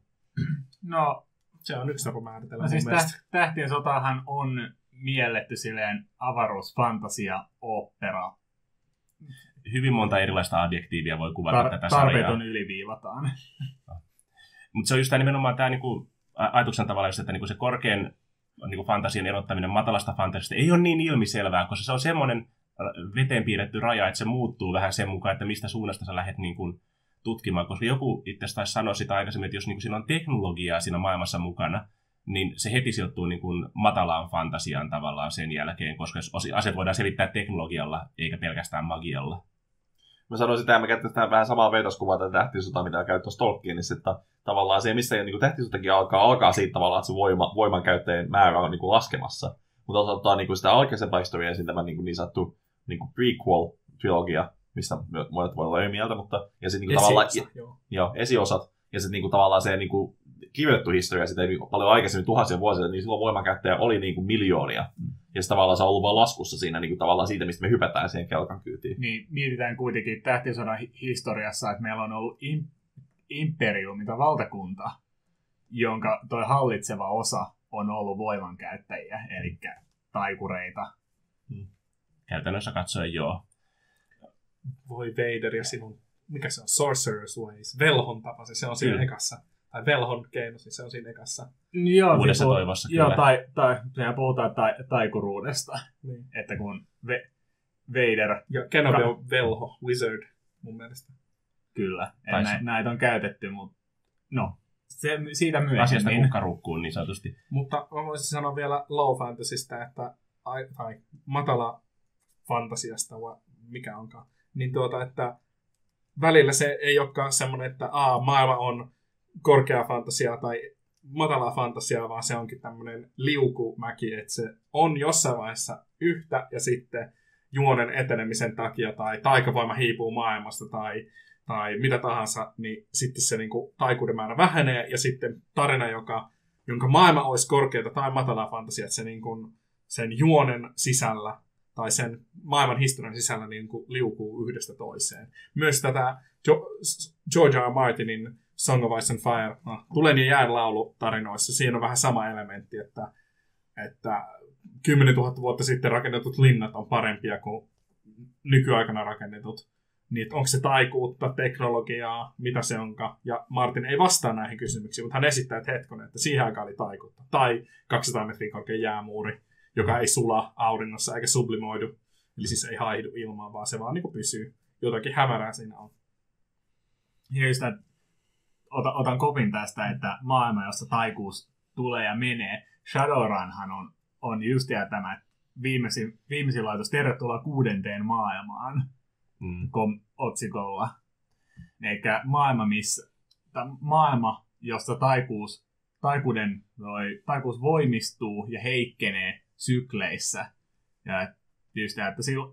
No, se on yksi tapa määritellä. No siis täht- tähtien sotahan on mielletty silleen avaruusfantasia-opera. Hyvin monta erilaista adjektiivia voi kuvata Tar- tätä sarjaa. Tarpeeton yliviivataan. Mutta se on just tämä nimenomaan tämä niinku, ajatuksen tavalla, just, että niinku se korkean niinku fantasian erottaminen matalasta fantasiasta ei ole niin ilmiselvää, koska se on semmoinen veteen piirretty raja, että se muuttuu vähän sen mukaan, että mistä suunnasta sä lähdet niinku tutkimaan. Koska joku itse asiassa taisi sanoa sitä aikaisemmin, että jos niinku siinä on teknologiaa siinä maailmassa mukana, niin se heti sijoittuu niin kuin matalaan fantasiaan tavallaan sen jälkeen, koska aseet voidaan selittää teknologialla eikä pelkästään magialla. Mä sanoisin, että me käytetään vähän samaa veitoskuvaa tätä tähtisotaa, mitä käy tuossa Tolkienissa, että tavallaan se, missä niin tähtisotakin alkaa, alkaa siitä tavallaan, että se voima, voimankäyttäjien määrä on niin kuin laskemassa. Mutta jos ottaa niin kuin sitä alkeisempaa historiaa, ensin tämä niin, kuin niin sanottu niin kuin prequel-trilogia, mistä monet voi olla eri mieltä, mutta ja sitten niin tavallaan joo. Joo, esiosat, ja sitten niin tavallaan se niin kuin kirjoitettu historia, sitä ei paljon aikaisemmin tuhansia vuosia, niin silloin voimankäyttäjä oli niin kuin miljoonia. Mm. Ja se tavallaan se on ollut vaan laskussa siinä niin kuin tavallaan siitä, mistä me hypätään siihen kelkan kyytiin. Niin, mietitään kuitenkin tähtisodan historiassa, että meillä on ollut im- imperiumi tai valtakunta, jonka toi hallitseva osa on ollut voimankäyttäjiä, eli taikureita. Hmm. Käytännössä katsoen joo. Voi Vader ja sinun, mikä se on, Sorcerer's Ways, velhon tapasi, se on siinä Kyllä. ekassa. Tai velhon keino, siis se on siinä ekassa. Joo, Uudessa siis, toivossa joo, kyllä. tai, tai sehän puhutaan ta, taikuruudesta, niin. Että kun ve, Vader... Ja Kenobi on velho, wizard, mun mielestä. Kyllä, nä, näitä on käytetty, mutta no, se, siitä myöhemmin. Asiasta kukkarukkuun niin sanotusti. Mutta mä voisin sanoa vielä low fantasystä, että, tai matala fantasiasta, mikä onkaan, niin tuota, että välillä se ei olekaan semmoinen, että a, maailma on korkeaa fantasiaa tai matalaa fantasiaa, vaan se onkin tämmöinen liukumäki, että se on jossain vaiheessa yhtä ja sitten juonen etenemisen takia tai taikavoima hiipuu maailmasta tai, tai mitä tahansa, niin sitten se niin kuin, taikuuden määrä vähenee ja sitten tarina, joka, jonka maailma olisi korkeata tai matalaa fantasiaa, että se niin kuin, sen juonen sisällä tai sen maailman historian sisällä niin kuin, liukuu yhdestä toiseen. Myös tätä jo- George R. R. Martinin Song of Ice and Fire, no, Tulen ja jään laulutarinoissa, siinä on vähän sama elementti, että, että kymmenen tuhatta vuotta sitten rakennetut linnat on parempia kuin nykyaikana rakennetut niin onko se taikuutta, teknologiaa, mitä se onkaan. Ja Martin ei vastaa näihin kysymyksiin, mutta hän esittää, että hetkonen, että siihen aikaan oli taikuutta. Tai kaksisataa metriä korkea jäämuuri, joka ei sula auringossa eikä sublimoidu. Eli siis ei haihdu ilmaan, vaan se vaan niin kuin pysyy. Jotakin hämärää siinä on. Ja just, että otan, otan kopin tästä, että maailma, jossa taikuus tulee ja menee. Shadowrunhan on, on just ja tämä viimeisin, viimeisin laitos Tervetuloa kuudenteen maailmaan mm. kom, otsikolla. Eikä maailma, missä, maailma jossa taikuus, taikuuden, noi, taikuus voimistuu ja heikkenee sykleissä. Ja just että silloin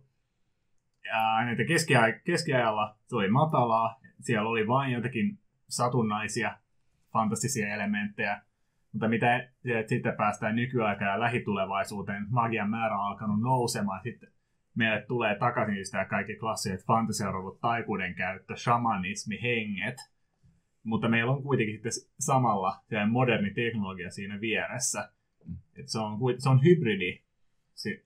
keskiaj- keskiajalla se oli matalaa, siellä oli vain jotakin satunnaisia fantastisia elementtejä, mutta mitä sitten päästään nykyaikaan ja lähitulevaisuuteen, magian määrä on alkanut nousemaan, sitten meille tulee takaisin sitä kaikki klassiset fantasiarvot, taikuuden käyttö, shamanismi, henget, mutta meillä on kuitenkin sitten samalla se moderni teknologia siinä vieressä. Et se, on, se on hybridi, se,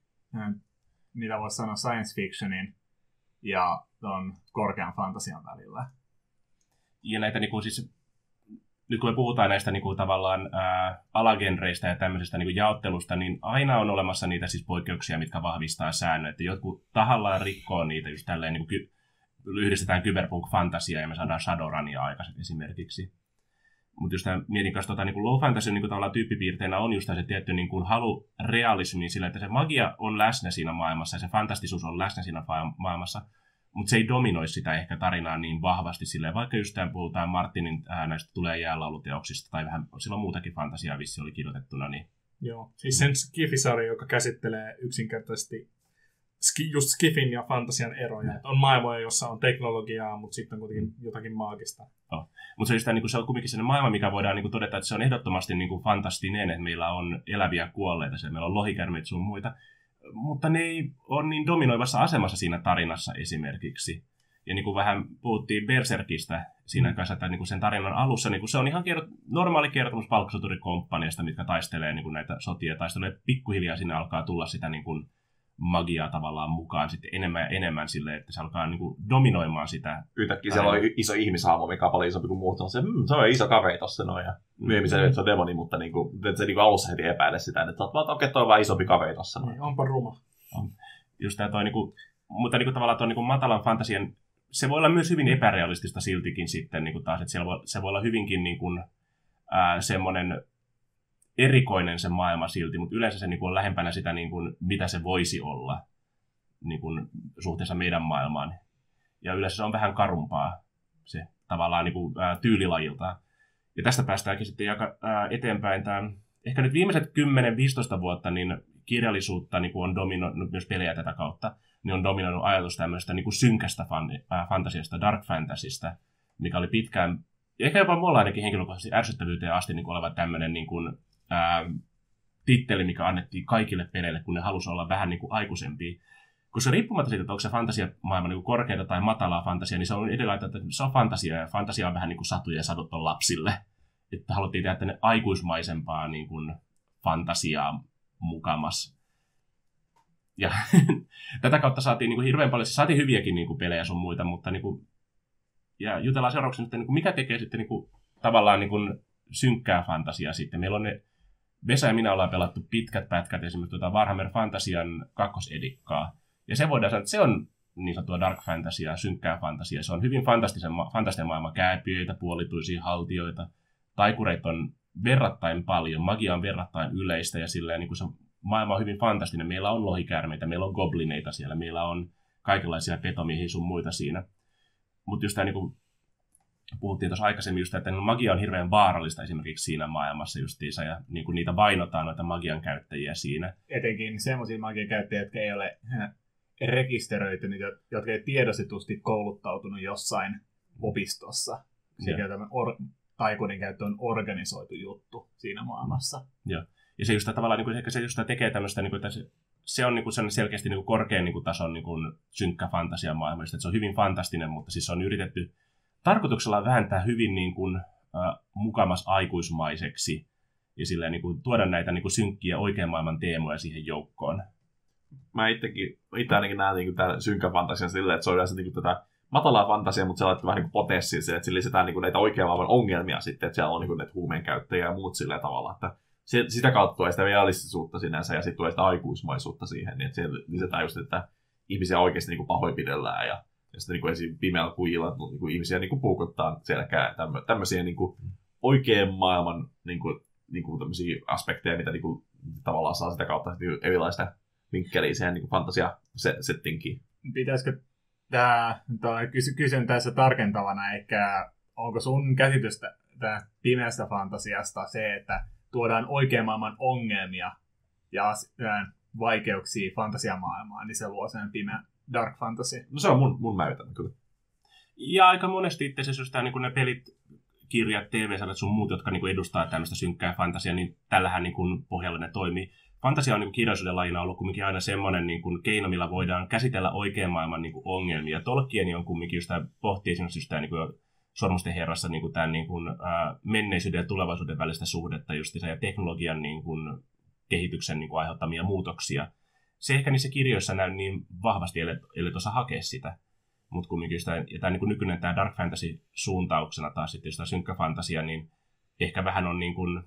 mitä voisi sanoa science fictionin ja ton korkean fantasian välillä. Ja näitä niin kuin, siis, nyt kun me puhutaan näistä niin kuin, tavallaan ää, alagenreistä ja tämmöisestä niin kuin, jaottelusta, niin aina on olemassa niitä siis poikkeuksia, mitkä vahvistaa säännöt. Että jotkut tahallaan rikkoo niitä, just tälleen niin kuin, yhdistetään cyberpunk-fantasiaa ja me saadaan Shadowrunia aikaiset esimerkiksi. Mutta just tämän, mietin kanssa tota, niin kuin low fantasy niin kuin, tavallaan tyyppipiirteinä on just se tietty niin kuin, halu realismiin sillä, että se magia on läsnä siinä maailmassa ja se fantastisuus on läsnä siinä maailmassa. Mutta se ei dominoi sitä ehkä tarinaa niin vahvasti silleen, vaikka just tämän puhutaan Martinin ää, näistä tulee jäälauluteoksista, tai vähän silloin muutakin fantasiaa vissi oli kirjoitettuna. Niin... Joo, siis sen Skifi-sarja, joka käsittelee yksinkertaisesti just Skifin ja fantasian eroja. Mm. On maailmoja, jossa on teknologiaa, mutta sitten on kuitenkin jotakin maagista. Oh. Mutta se, niin se on kuitenkin sellainen maailma, mikä voidaan niin kuin todeta, että se on ehdottomasti niin kuin fantastinen, että meillä on eläviä kuolleita, siellä meillä on lohikärmeitä sun muita. Mutta ne ei ole niin dominoivassa asemassa siinä tarinassa esimerkiksi. Ja niin kuin vähän puhuttiin Berserkistä siinä kanssa, että niin kuin sen tarinan alussa niin kuin se on ihan kerrot, normaali kertomus palkkasoturikomppaneista, mitkä taistelee niin kuin näitä sotia taistelee. Pikkuhiljaa sinne alkaa tulla sitä niin kuin magiaa tavallaan mukaan sitten enemmän ja enemmän silleen, että se alkaa niin kuin dominoimaan sitä. Yhtäkkiä siellä on iso ihmishahmo, mikä on paljon isompi kuin muut. On se, mm, se on iso kaveri tossa noin. Ja myöhemmin se, se on demoni, mutta niin kuin, se niin kuin alussa heti epäile sitä, että okei, okay, toi on vaan isompi kaveri tossa noin. Onpa ruma. On. Just tää toi, niin kuin, mutta niin kuin, tavallaan tuon niin matalan fantasian, se voi olla myös hyvin epärealistista siltikin sitten niin kuin taas, että voi, se voi olla hyvinkin niin kuin, ää, semmoinen erikoinen se maailma silti, mutta yleensä se niin kuin on lähempänä sitä, niin kuin, mitä se voisi olla niin kuin, suhteessa meidän maailmaan. Ja yleensä se on vähän karumpaa se tavallaan niin kuin, ää, tyylilajiltaan. Ja tästä päästäänkin sitten jaka, ää, eteenpäin. Tämä, ehkä nyt viimeiset kymmenen viisitoista vuotta niin kirjallisuutta niin kuin on dominoinut myös pelejä tätä kautta, niin on dominoinut ajatus tämmöistä niin kuin synkästä fan, ää, fantasiasta, dark fantasystä, mikä oli pitkään, ehkä jopa mulla ainakin henkilökohtaisesti ärsyttävyyteen asti niin kuin oleva tämmöinen niin kuin, ää, titteli, mikä annettiin kaikille peleille, kun ne halusi olla vähän niin kuin aikuisempia. Koska riippumatta siitä, että onko se fantasiamaailma niin kuin korkeata tai matalaa fantasiaa, niin se on edellä, että se on fantasia, ja fantasia on vähän niin kuin satuja ja sadut on lapsille. Että haluttiin tehdä tänne aikuismaisempaa niin kuin fantasiaa mukamas. Ja tätä kautta saatiin niin kuin hirveän paljon, saatiin hyviäkin niin kuin pelejä sun muita, mutta niin kuin, ja jutellaan seuraavaksi nyt, niin kuin, mikä tekee sitten niin kuin, tavallaan niin kuin synkkää fantasiaa sitten. Meillä on ne, Vesa ja minä ollaan pelattu pitkät pätkät, esimerkiksi tuota Warhammer Fantasian kakkosedikkaa. Ja se voidaan sanoa, että se on niin sanottua dark fantasia, synkkää fantasiaa. Se on hyvin fantastisen, fantastinen maailma, kääpiöitä, puolituisia haltioita. Taikureita on verrattain paljon, magia on verrattain yleistä ja silleen, niin kuin se maailma on hyvin fantastinen. Meillä on lohikäärmeitä, meillä on goblineita siellä, meillä on kaikenlaisia petomiehiä sun muita siinä. Mutta just tämä, niin kuin puhuttiin tuossa aikaisemmin, just, että magia on hirveän vaarallista esimerkiksi siinä maailmassa justiinsa, ja niin kuin niitä vainotaan noita magian käyttäjiä siinä. Etenkin semmoisia magian käyttäjiä, jotka ei ole rekisteröitynyt, jotka ei tiedostetusti kouluttautunut jossain opistossa. Mikä tämä or- taikuuden käyttö on organisoitu juttu siinä maailmassa. Joo. Ja se just tavallaan niin kuin, ehkä se just tekee tämmöistä, niin kuin, että se, se on niin kuin selkeästi niin kuin korkean niin kuin tason niin kuin synkkä fantasiamaailma, että se on hyvin fantastinen, mutta siis se on yritetty tarkoituksella vääntää hyvin niin kuin, äh, mukamas aikuismaiseksi ja silleen, niin kuin, tuoda näitä niin kuin synkkiä oikean maailman teemoja siihen joukkoon. Mä itsekin, itse ainakin näen niin tämän synkän fantasian silleen, että se on yleensä niin tätä matalaa fantasia, mutta se on vähän niin potenssiin se, että sillä lisätään niin näitä oikean maailman ongelmia sitten, että siellä on niin näitä huumeen käyttäjiä ja muut sillä tavalla, että sitä kautta tulee sitä realistisuutta sinänsä ja sitten tulee sitä aikuismaisuutta siihen, niin että siellä lisätään just, että ihmisiä oikeasti niin pahoinpidellään ja, ja sitten niin esim. Pimeällä kujilla niin ihmisiä niin puukottaa selkää tämmöisiä niin oikean maailman niin kuin, niin kuin aspekteja, mitä niin kuin, tavallaan saa sitä kautta erilaista vinkkeliä siihen niin fantasia-settinkiin. Pitäisikö tämä, kysy, kysyn tässä tarkentavana, ehkä onko sun käsitystä tästä pimeästä fantasiasta se, että tuodaan oikean maailman ongelmia ja vaikeuksia fantasiamaailmaan, niin se luo sen pimeä dark fantasy? No se on mun, mun mäytänyt kyllä. Ja aika monesti itse asiassa just niin ne pelit, kirjat, T V-sarjat sun muut, jotka niin kuin edustaa tämmöistä synkkää fantasiaa, niin tällähän niin kuin pohjalla ne toimii. Fantasia on niin kuin kirjallisuuden lajina ollut kumminkin aina semmoinen niin kuin keino, millä voidaan käsitellä oikean maailman niin kuin ongelmia. Tolkien on kumminkin just tämä, pohtii esimerkiksi just tämä niin kuin Sormusten herrassa niin kuin tämän niin kuin, ää, menneisyyden ja tulevaisuuden välistä suhdetta justiinsa, ja teknologian niin kuin, kehityksen niin kuin, aiheuttamia muutoksia. Se ehkä niissä kirjoissa näy niin vahvasti, ellei osaa hakea sitä. Mutta kumminkin sitä, ja tämä niin kuin nykyinen tämä dark fantasy suuntauksena taas sitten sitä synkkä fantasia, niin ehkä vähän on niin kuin,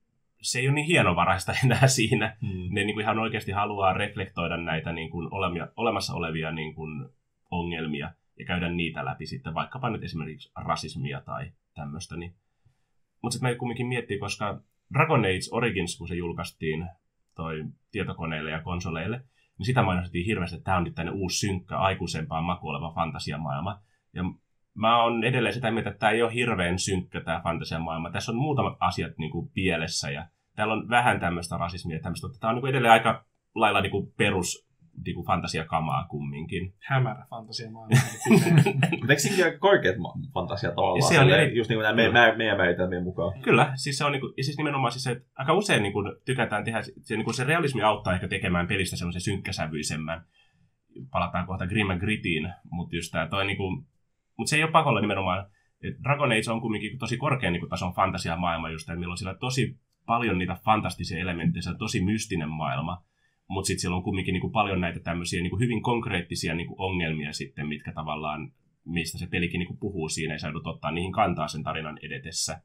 se ei ole niin hienovaraista enää siinä. Hmm. Ne niin kuin ihan oikeasti haluaa reflektoida näitä niin kuin olemia, olemassa olevia niin kuin ongelmia ja käydä niitä läpi sitten, vaikkapa nyt esimerkiksi rasismia tai tämmöistä. Niin. Mutta sitten me kumminkin miettii, koska Dragon Age Origins, kun se julkaistiin toi tietokoneille ja konsoleille, niin sitä mainostettiin hirveästi, että tämä on nyt tänne uusi synkkä, aikuisempaan maku oleva fantasiamaailma. Ja mä oon edelleen sitä mieltä, että tämä ei ole hirveän synkkä tämä fantasiamaailma. Tässä on muutamat asiat niin kuin pielessä ja täällä on vähän tämmöistä rasismia ja tämmöistä. Tämä on niin kuin edelleen aika lailla niin kuin perus niin kuin fantasiakamaa kumminkin. Hämärä fantasiamaailma. Mutta eikö siinä aika korkeat fantasia tavallaan? Se on eri... Just niin kuin me, me, meidän määritelmien mukaan. Kyllä, siis se on niin kuin, siis nimenomaan siis se, että aika usein niin kuin tykätään tehdä, se, niin kuin se realismi auttaa ehkä tekemään pelistä semmoisen synkkäsävyisemmän. Palataan kohta Grim and Grittiin, mutta just tämä toi niin kuin, mutta se ei ole pakolla nimenomaan, että Dragon Age on kumminkin tosi korkean niin kuin tason fantasiamaailma just, että meillä on siellä tosi paljon niitä fantastisia elementtejä, se on tosi mystinen maailma. Mutta sitten siellä on kumminkin niinku paljon näitä tämmöisiä niinku hyvin konkreettisia niinku ongelmia sitten, mitkä tavallaan, mistä se pelikin niinku puhuu siinä, ja sä joudut ottaa niihin kantaa sen tarinan edetessä.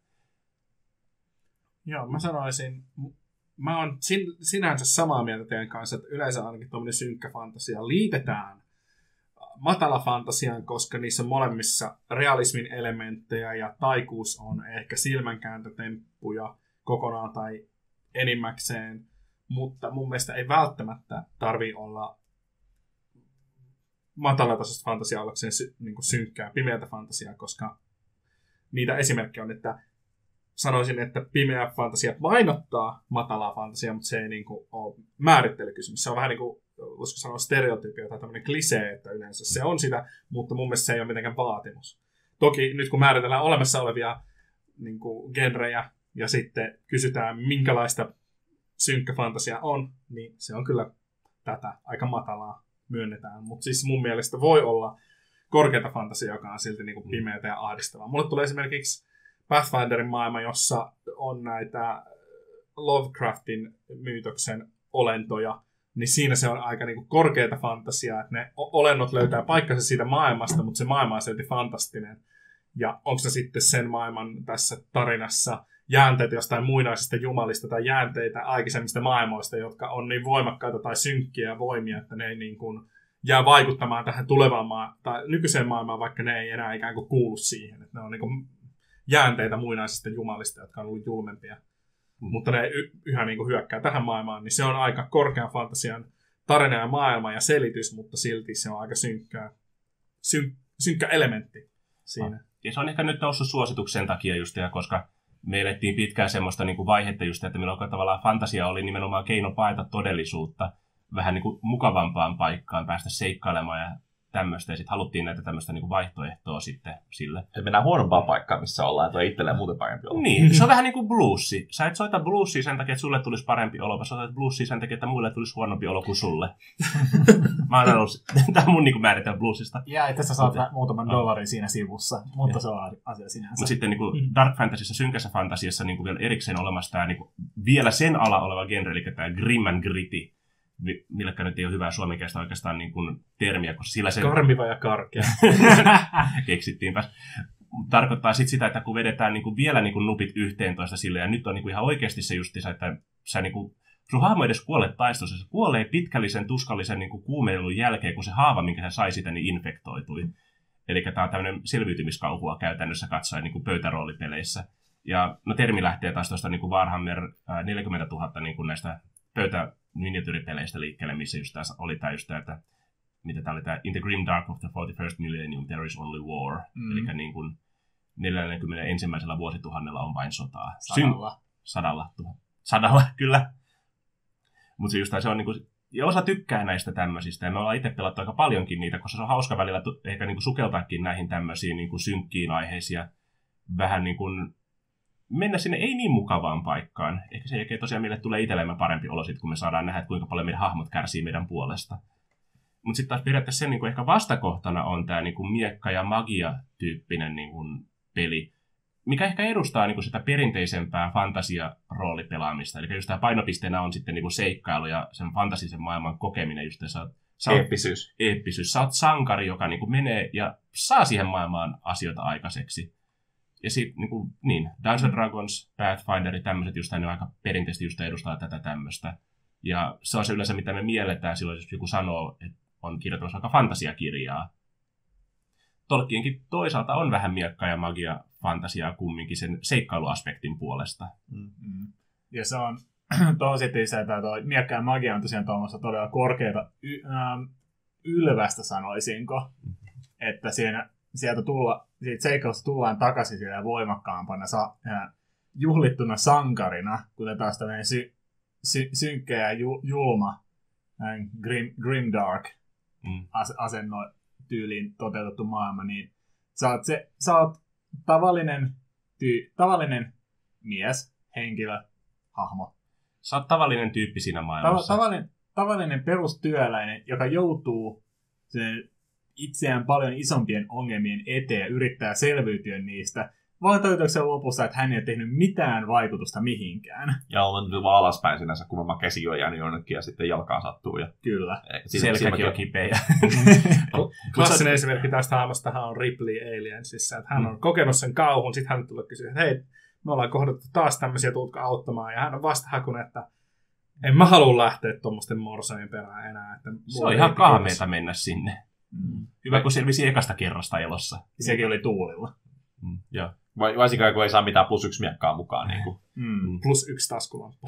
Joo, mä sanoisin, mä oon sin, sinänsä samaa mieltä teidän kanssa, että yleensä ainakin tuommoinen synkkä fantasia liitetään matala fantasiaan, koska niissä molemmissa realismin elementtejä ja taikuus on ehkä silmänkääntötemppuja kokonaan tai enimmäkseen. Mutta mun mielestä ei välttämättä tarvitse olla matalatasoista fantasiaa ollakseen sy- niin kuin synkkää, pimeätä fantasiaa, koska niitä esimerkkejä on, että sanoisin, että pimeä fantasia painottaa matalaa fantasiaa, mutta se ei niin kuin ole määrittelykysymys. Se on vähän niin kuin, voisiko sanoa stereotypia tai tämmöinen klisee, että yleensä se on sitä, mutta mun mielestä se ei ole mitenkään vaatimus. Toki nyt kun määritellään olemassa olevia niin kuin genrejä ja sitten kysytään, minkälaista synkkä fantasia on, niin se on kyllä tätä aika matalaa myönnetään. Mutta siis mun mielestä voi olla korkeata fantasiaa, joka on silti niinku pimeätä ja ahdistavaa. Mulle tulee esimerkiksi Pathfinderin maailma, jossa on näitä Lovecraftin myytöksen olentoja, niin siinä se on aika niinku korkeata fantasiaa, että ne olennot löytää paikkansa siitä maailmasta, mutta se maailma on silti fantastinen. Ja onko se sitten sen maailman tässä tarinassa jäänteitä jostain muinaisista jumalista tai jäänteitä aikaisemmista maailmoista, jotka on niin voimakkaita tai synkkiä voimia, että ne ei niin kuin jää vaikuttamaan tähän tulevaan maa- tai nykyiseen maailmaan, vaikka ne ei enää ikään kuin kuulu siihen. Että ne on niin kuin jäänteitä muinaisista jumalista, jotka on ollut julmempia. Mm. Mutta ne y- yhä niin kuin hyökkää tähän maailmaan, niin se on aika korkean fantasian tarina ja maailma ja selitys, mutta silti se on aika synkkää, syn- synkkä elementti siinä. Ja se on ehkä nyt noussut suosituksen takia just, ja koska me elettiin pitkään semmoista niin kuin vaihetta just, että meillä tavallaan fantasia oli nimenomaan keino paeta todellisuutta vähän niin kuin mukavampaan paikkaan, päästä seikkailemaan ja tämmöistä. Ja sitten haluttiin näitä tämmöistä niin kuin vaihtoehtoa sitten sille. Että mennään huonompaan paikkaan, missä ollaan, että on itselleen muuten parempi olo. Niin, se on vähän niin kuin bluesi. Sä et soita bluesia sen takia, että sulle tulisi parempi olo, vaan soitat bluesia sen takia, että muille tulisi huonompi olo kuin sulle. Mä oon ollut, tämä on mun niin kuin määritelmä bluesista. Ja että sä saat mutta, muutaman no. dollarin siinä sivussa, mutta ja. Se on asia sinänsä. Mutta sitten niin kuin Dark Fantasyssä, synkässä fantasiassa niin kuin vielä erikseen olemassa tämä niin kuin vielä sen ala oleva genre, eli tämä Grim and Gritty milläkään nyt ei ole hyvää suomenkielistä oikeastaan niin kuin termiä, koska sillä se... Karmiva ja karkea. Keksittiinpä. Tarkoittaa sit sitä, että kun vedetään niin kuin vielä niin kuin nupit yhteentoista sille, ja nyt on niin kuin ihan oikeasti se justiinsa, että sä niin kuin, sun hahmo edes kuolee taistossa, se kuolee pitkällisen, tuskallisen niin kuin kuumeilun jälkeen, kun se haava, minkä se sai sitä, niin infektoitui. Eli tämä on tämmöinen selviytymiskauhua käytännössä katsoen niin kuin pöytäroolipeleissä. Ja no termi lähtee taas tuosta niin kuin Warhammer neljäkymmentätuhatta niin kuin näistä pöytäminiatyyripeleistä liikkeelle, missä just tässä oli tämä just tämä, että mitä tämä oli tämä In the Grim Dark of the forty-first Millennium, there is only war. Mm. Eli niin kuin neljäkymmentäensimmäisellä vuosituhannella on vain sotaa. Sadalla. Syn- sadalla. Sadalla, kyllä. Mutta se just se on niin kuin, ja osa tykkää näistä tämmöisistä, ja me ollaan itse pelattu aika paljonkin niitä, koska se on hauska välillä tu- ehkä niin kuin sukeltaakin näihin tämmöisiin niin kuin synkkiin aiheisiin, ja vähän niin kuin mennä sinne ei niin mukavaan paikkaan. Ehkä sen jälkeen tosiaan meille tulee itsellemme parempi olo sit, kun me saadaan nähdä, että kuinka paljon meidän hahmot kärsii meidän puolesta. Mutta sitten taas periaatteessa sen niin ehkä vastakohtana on tämä niin miekka- ja magia-tyyppinen niin kuin peli, mikä ehkä edustaa niin kuin sitä perinteisempää fantasia-roolipelaamista. Eli just tämä painopisteenä on sitten niin kuin seikkailu ja sen fantasisen maailman kokeminen. Just sä, sä oot, Eeppisyys. Eeppisyys. Sä oot sankari, joka niin kuin menee ja saa siihen maailmaan asioita aikaiseksi. Ja sitten niin, kuin, niin Dungeons Dragons, Pathfinder ja tämmöiset just ne aika perinteisesti just edustaa tätä tämmöistä. Ja se on se yleensä, mitä me mielletään silloin, jos joku sanoo, että on kirjoittamassa vaikka fantasiakirjaa. Tolkienkin toisaalta on vähän miekkaa ja magia fantasiaa kumminkin sen seikkailuaspektin puolesta. Mm-hmm. Ja se on tosi se, että toi miekka ja magia on tosiaan tuommoista todella korkeata y- ähm, ylvästä, sanoisinko. Mm-hmm. Että siinä, sieltä tulla, siitä seikkailusta tullaan takaisin siellä voimakkaampana sa- äh, juhlittuna sankarina, kuten taas tämmöinen sy- sy- synkkä ja ju- julma äh, grim, grimdark mm. as- asenno tyyliin toteutettu maailma, niin sä oot, se, sä oot tavallinen, tyy, tavallinen mies, henkilö, hahmo. Sä oot tavallinen tyyppi siinä maailmassa. Tav- tavallinen, tavallinen perustyöläinen, joka joutuu sen itseään paljon isompien ongelmien eteen ja yrittää selviytyä niistä, vaan toivottavasti lopussa, että hän ei ole tehnyt mitään vaikutusta mihinkään. Ja on mennyt vaan alaspäin sinänsä, kun mä käsi on jäänyt jonnekin ja sitten jalkaan sattuu. Ja... Kyllä. Selkäkin on kipeä. Klassinen esimerkki tästä hahmostahan on Ripley Aliensissa, että hän on kokenut sen kauhun, sitten hän tulee kysyä, että hei, me ollaan kohdattu taas tämmöisiä, tuutko auttamaan, ja hän on vastahakunut, että en mä halua lähteä tuommoisten morsojen perään enää. Että se on ihan kaameita mennä sinne. Mm. Hyvä, kun selvisi ekasta kerrasta elossa. Sekin oli tuulilla. Mm, joo. Varsinkaan, kun ei saa mitään plus yksi miekkaa mukaan. Niin kuin. Mm. Plus yksi taskulamppu.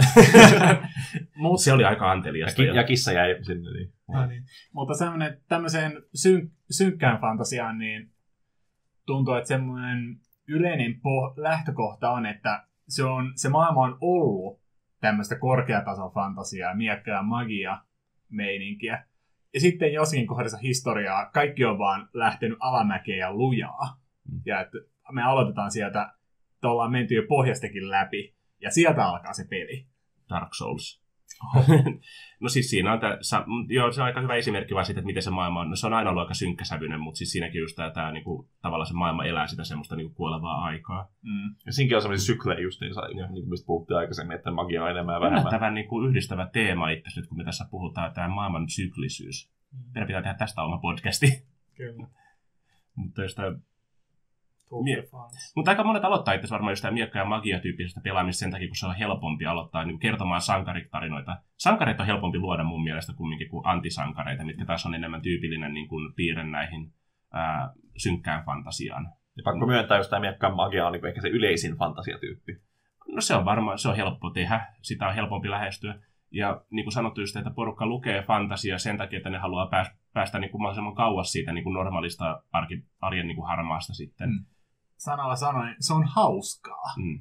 Mut se oli aika anteliasta. Ja, ki- ja kissa jäi sinne. Niin. Ja niin. Mutta semmoinen, tämmöiseen syn- synkkään fantasiaan, niin tuntuu, että semmoinen yleinen po- lähtökohta on, että se, on, se maailma on ollut tämmöistä korkeatason fantasiaa, miekkaa ja magia meininkiä. Ja sitten joskin kohdassa historiaa kaikki on vaan lähtenyt alamäkeen ja lujaa. Mm. Ja että me aloitetaan sieltä, että ollaan menty jo pohjastakin läpi, ja sieltä alkaa se peli. Dark Souls. Oh. No siis siinä on tämä, joo, se on aika hyvä esimerkki vaan siitä, että miten se maailma on. No se on aina ollut aika synkkäsävyinen, mutta siis siinäkin just tämä, tämä niinku, tavallaan se maailma elää sitä semmoista niinku kuolevaa aikaa. Mm. Ja siinäkin on semmoisia syklejä justiinsa, niin kuin mistä puhuttiin aikaisemmin, että magia on enemmän ja vähemmän. Yllättävän niinku yhdistävä teema itse nyt, kun me tässä puhutaan, tämä maailman syklisyys. Mm. Meidän pitää tehdä tästä oma podcasti. Kyllä. Mutta jos tämä... Mie- Mutta aika monet aloittaa itse varmaan just tämä miekka- ja magia-tyyppisestä pelaamista sen takia, kun se on helpompi aloittaa niin kertomaan sankaritarinoita. Sankareita on helpompi luoda mun mielestä kumminkin kuin antisankareita, mitkä taas on enemmän tyypillinen niin kuin piirre näihin ää, synkkään fantasiaan. Ja pakko myöntää, jos tämä miekka ja magia on niin ehkä se yleisin fantasiatyyppi. No se on varmaan, se on helppo tehdä, sitä on helpompi lähestyä. Ja niin kuin sanottu just, että porukka lukee fantasiaa sen takia, että ne haluaa päästä, päästä niin kuin mahdollisimman kauas siitä niin kuin normaalista arki, arjen niin kuin harmaasta sitten. Mm. Sanalla sanoen, se on hauskaa. Mm.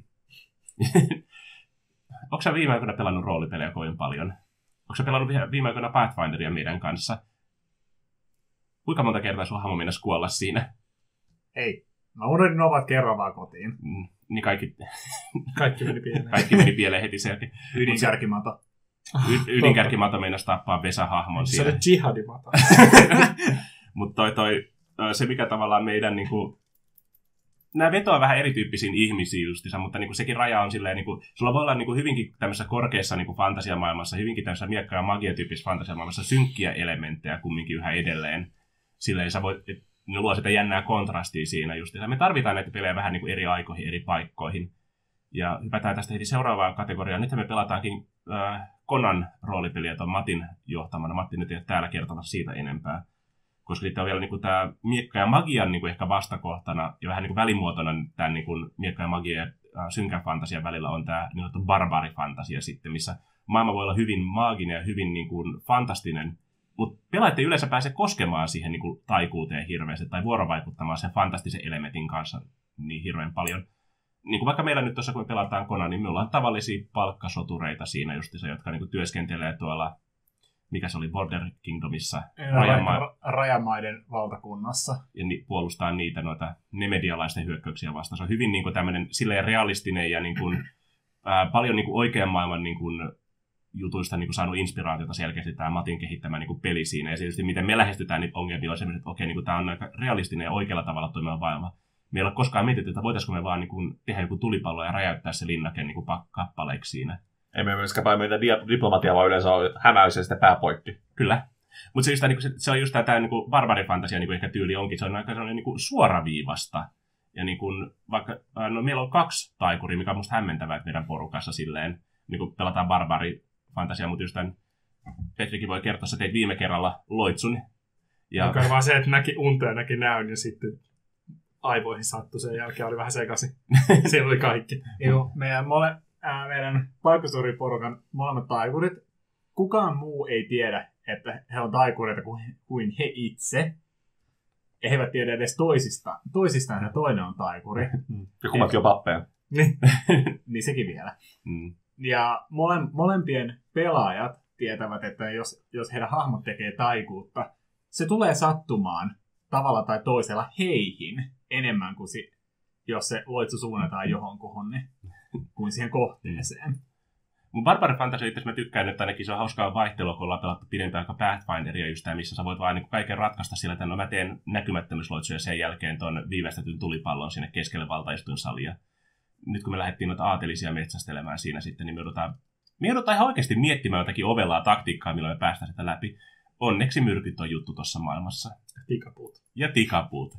Onko sä viime aikoina pelannut roolipelejä kovin paljon? Onko sä pelannut viime aikoina Pathfinderia meidän kanssa? Kuinka monta kertaa sun hahmo mennäisi kuolla siinä? Ei. Mä unohdin ovat kerran vaan kotiin. Mm. Niin kaikki... kaikki meni pieleen. Kaikki meni pieleen heti sieltä. Ydinkärkimato. Y- ydinkerkimato meinasi tappaa Vesa-hahmon siellä. Se oli jihadimato. Mutta toi, toi, se mikä tavallaan meidän... Niin kuin, nämä vetoaa vähän erityyppisiin ihmisiin justiinsa, mutta niin kuin sekin raja on silleen, niin kuin, sulla voi olla niin kuin hyvinkin tämmöisessä korkeassa niin kuin fantasiamaailmassa, hyvinkin tämmöisessä miekka- ja magia-tyyppisessä fantasiamaailmassa synkkiä elementtejä kumminkin yhä edelleen. Silleen sä voit, et, ne luo sitä jännää kontrastia siinä justiinsa. Me tarvitaan näitä pelejä vähän niin kuin eri aikoihin, eri paikkoihin. Ja hypätään tästä heti seuraavaan kategoriaan. Nyt me pelataankin äh, Conan roolipeliä tuon Matin johtamana. Matti nyt ei ole täällä kertomassa siitä enempää. Koska sitten on vielä niin kuin tämä miekka ja magian niin kuin ehkä vastakohtana ja vähän niin kuin välimuotona tämän niin kuin miekka ja magia ja äh, synkän fantasian välillä on tämä niin sanottu barbaarifantasia sitten, missä maailma voi olla hyvin maaginen ja hyvin niin kuin fantastinen, mutta pelaajat ei yleensä pääse koskemaan siihen niin kuin taikuuteen hirveästi tai vuorovaikuttamaan sen fantastisen elementin kanssa niin hirveän paljon. Niin kuin vaikka meillä nyt tuossa, kun me pelataan Conan, niin me ollaan tavallisia palkkasotureita siinä justiinsa, jotka niin kuin työskentelee tuolla, mikä se oli, Border Kingdomissa, Rajama- rajamaiden valtakunnassa. Ja ni- puolustaa niitä noita nemedialaisten hyökkäyksiä vastaan. Se on hyvin niin kuin tämmöinen silleen realistinen ja niin kuin, ää, paljon niin kuin oikean maailman niin kuin jutuista niin kuin saanut inspiraatiota selkeästi tämä Matin kehittämä niin kuin peli siinä. Ja tietysti miten me lähestytään niitä ongelmia on semmoiset, että okei, niin kuin tämä on aika realistinen ja oikealla tavalla toimiva maailma. Me ei ole koskaan mietitty, että voitaisiko me vaan niin kuin tehdä joku tulipallo ja räjäyttää se linnake niin kuin kappaleiksi siinä. Ei me myöskään paljon meitä diplomatiaa, vaan yleensä on hämäys ja sitten pääpoikki. Kyllä. Mutta se, niin se, se on just tämä, tämä niin barbarifantasia niin ehkä tyyli onkin. Se on aika sellainen niin kuin suoraviivasta. Ja niin kuin, vaikka, no, meillä on kaksi taikuria, mikä on musta hämmentävää, että meidän porukassa silleen, niin kuin pelataan barbarifantasia, mutta just tämän Petrikin voi kertoa, että teit viime kerralla loitsun. Ja okay, vaan se, että näki unta ja näki näyn ja sitten aivoihin sattui sen jälkeen, oli vähän sekaisin. Siellä oli kaikki. Joo, meidän, mole, ää, meidän paikkastoriporukan molemmat taikurit, kukaan muu ei tiedä, että he on taikureita kuin, kuin he itse. Ja he eivät tiedä edes toisistaan, toisistaan ja toinen on taikuri. Ja kummatkin on pappeja. Niin, niin sekin vielä. Mm. Ja mole, molempien pelaajat tietävät, että jos, jos heidän hahmot tekee taikuutta, se tulee sattumaan tavalla tai toisella heihin enemmän kuin si, jos se loitsu suunnataan johonkuhun, niin, kuin siihen kohteeseen. Mun Barbari Fantasy itse mä tykkään, että ainakin se on hauskaa vaihtelua, kun ollaan pelattu pidempään aika Pathfinderia just tämä, missä sä voit vaan niin kaiken ratkaista sillä, että no mä teen näkymättömyysloitsuja sen jälkeen ton viivästetyn tulipallon sinne keskelle valtaistuinsalia. Nyt kun me lähdettiin noita aatelisia metsästelemään siinä sitten, niin me joudutaan, me joudutaan ihan oikeasti miettimään jotakin ovellaa taktiikkaa, millä me päästään sitä läpi. Onneksi myrkyt on juttu tuossa maailmassa. Tikapuut. Ja tikapuut.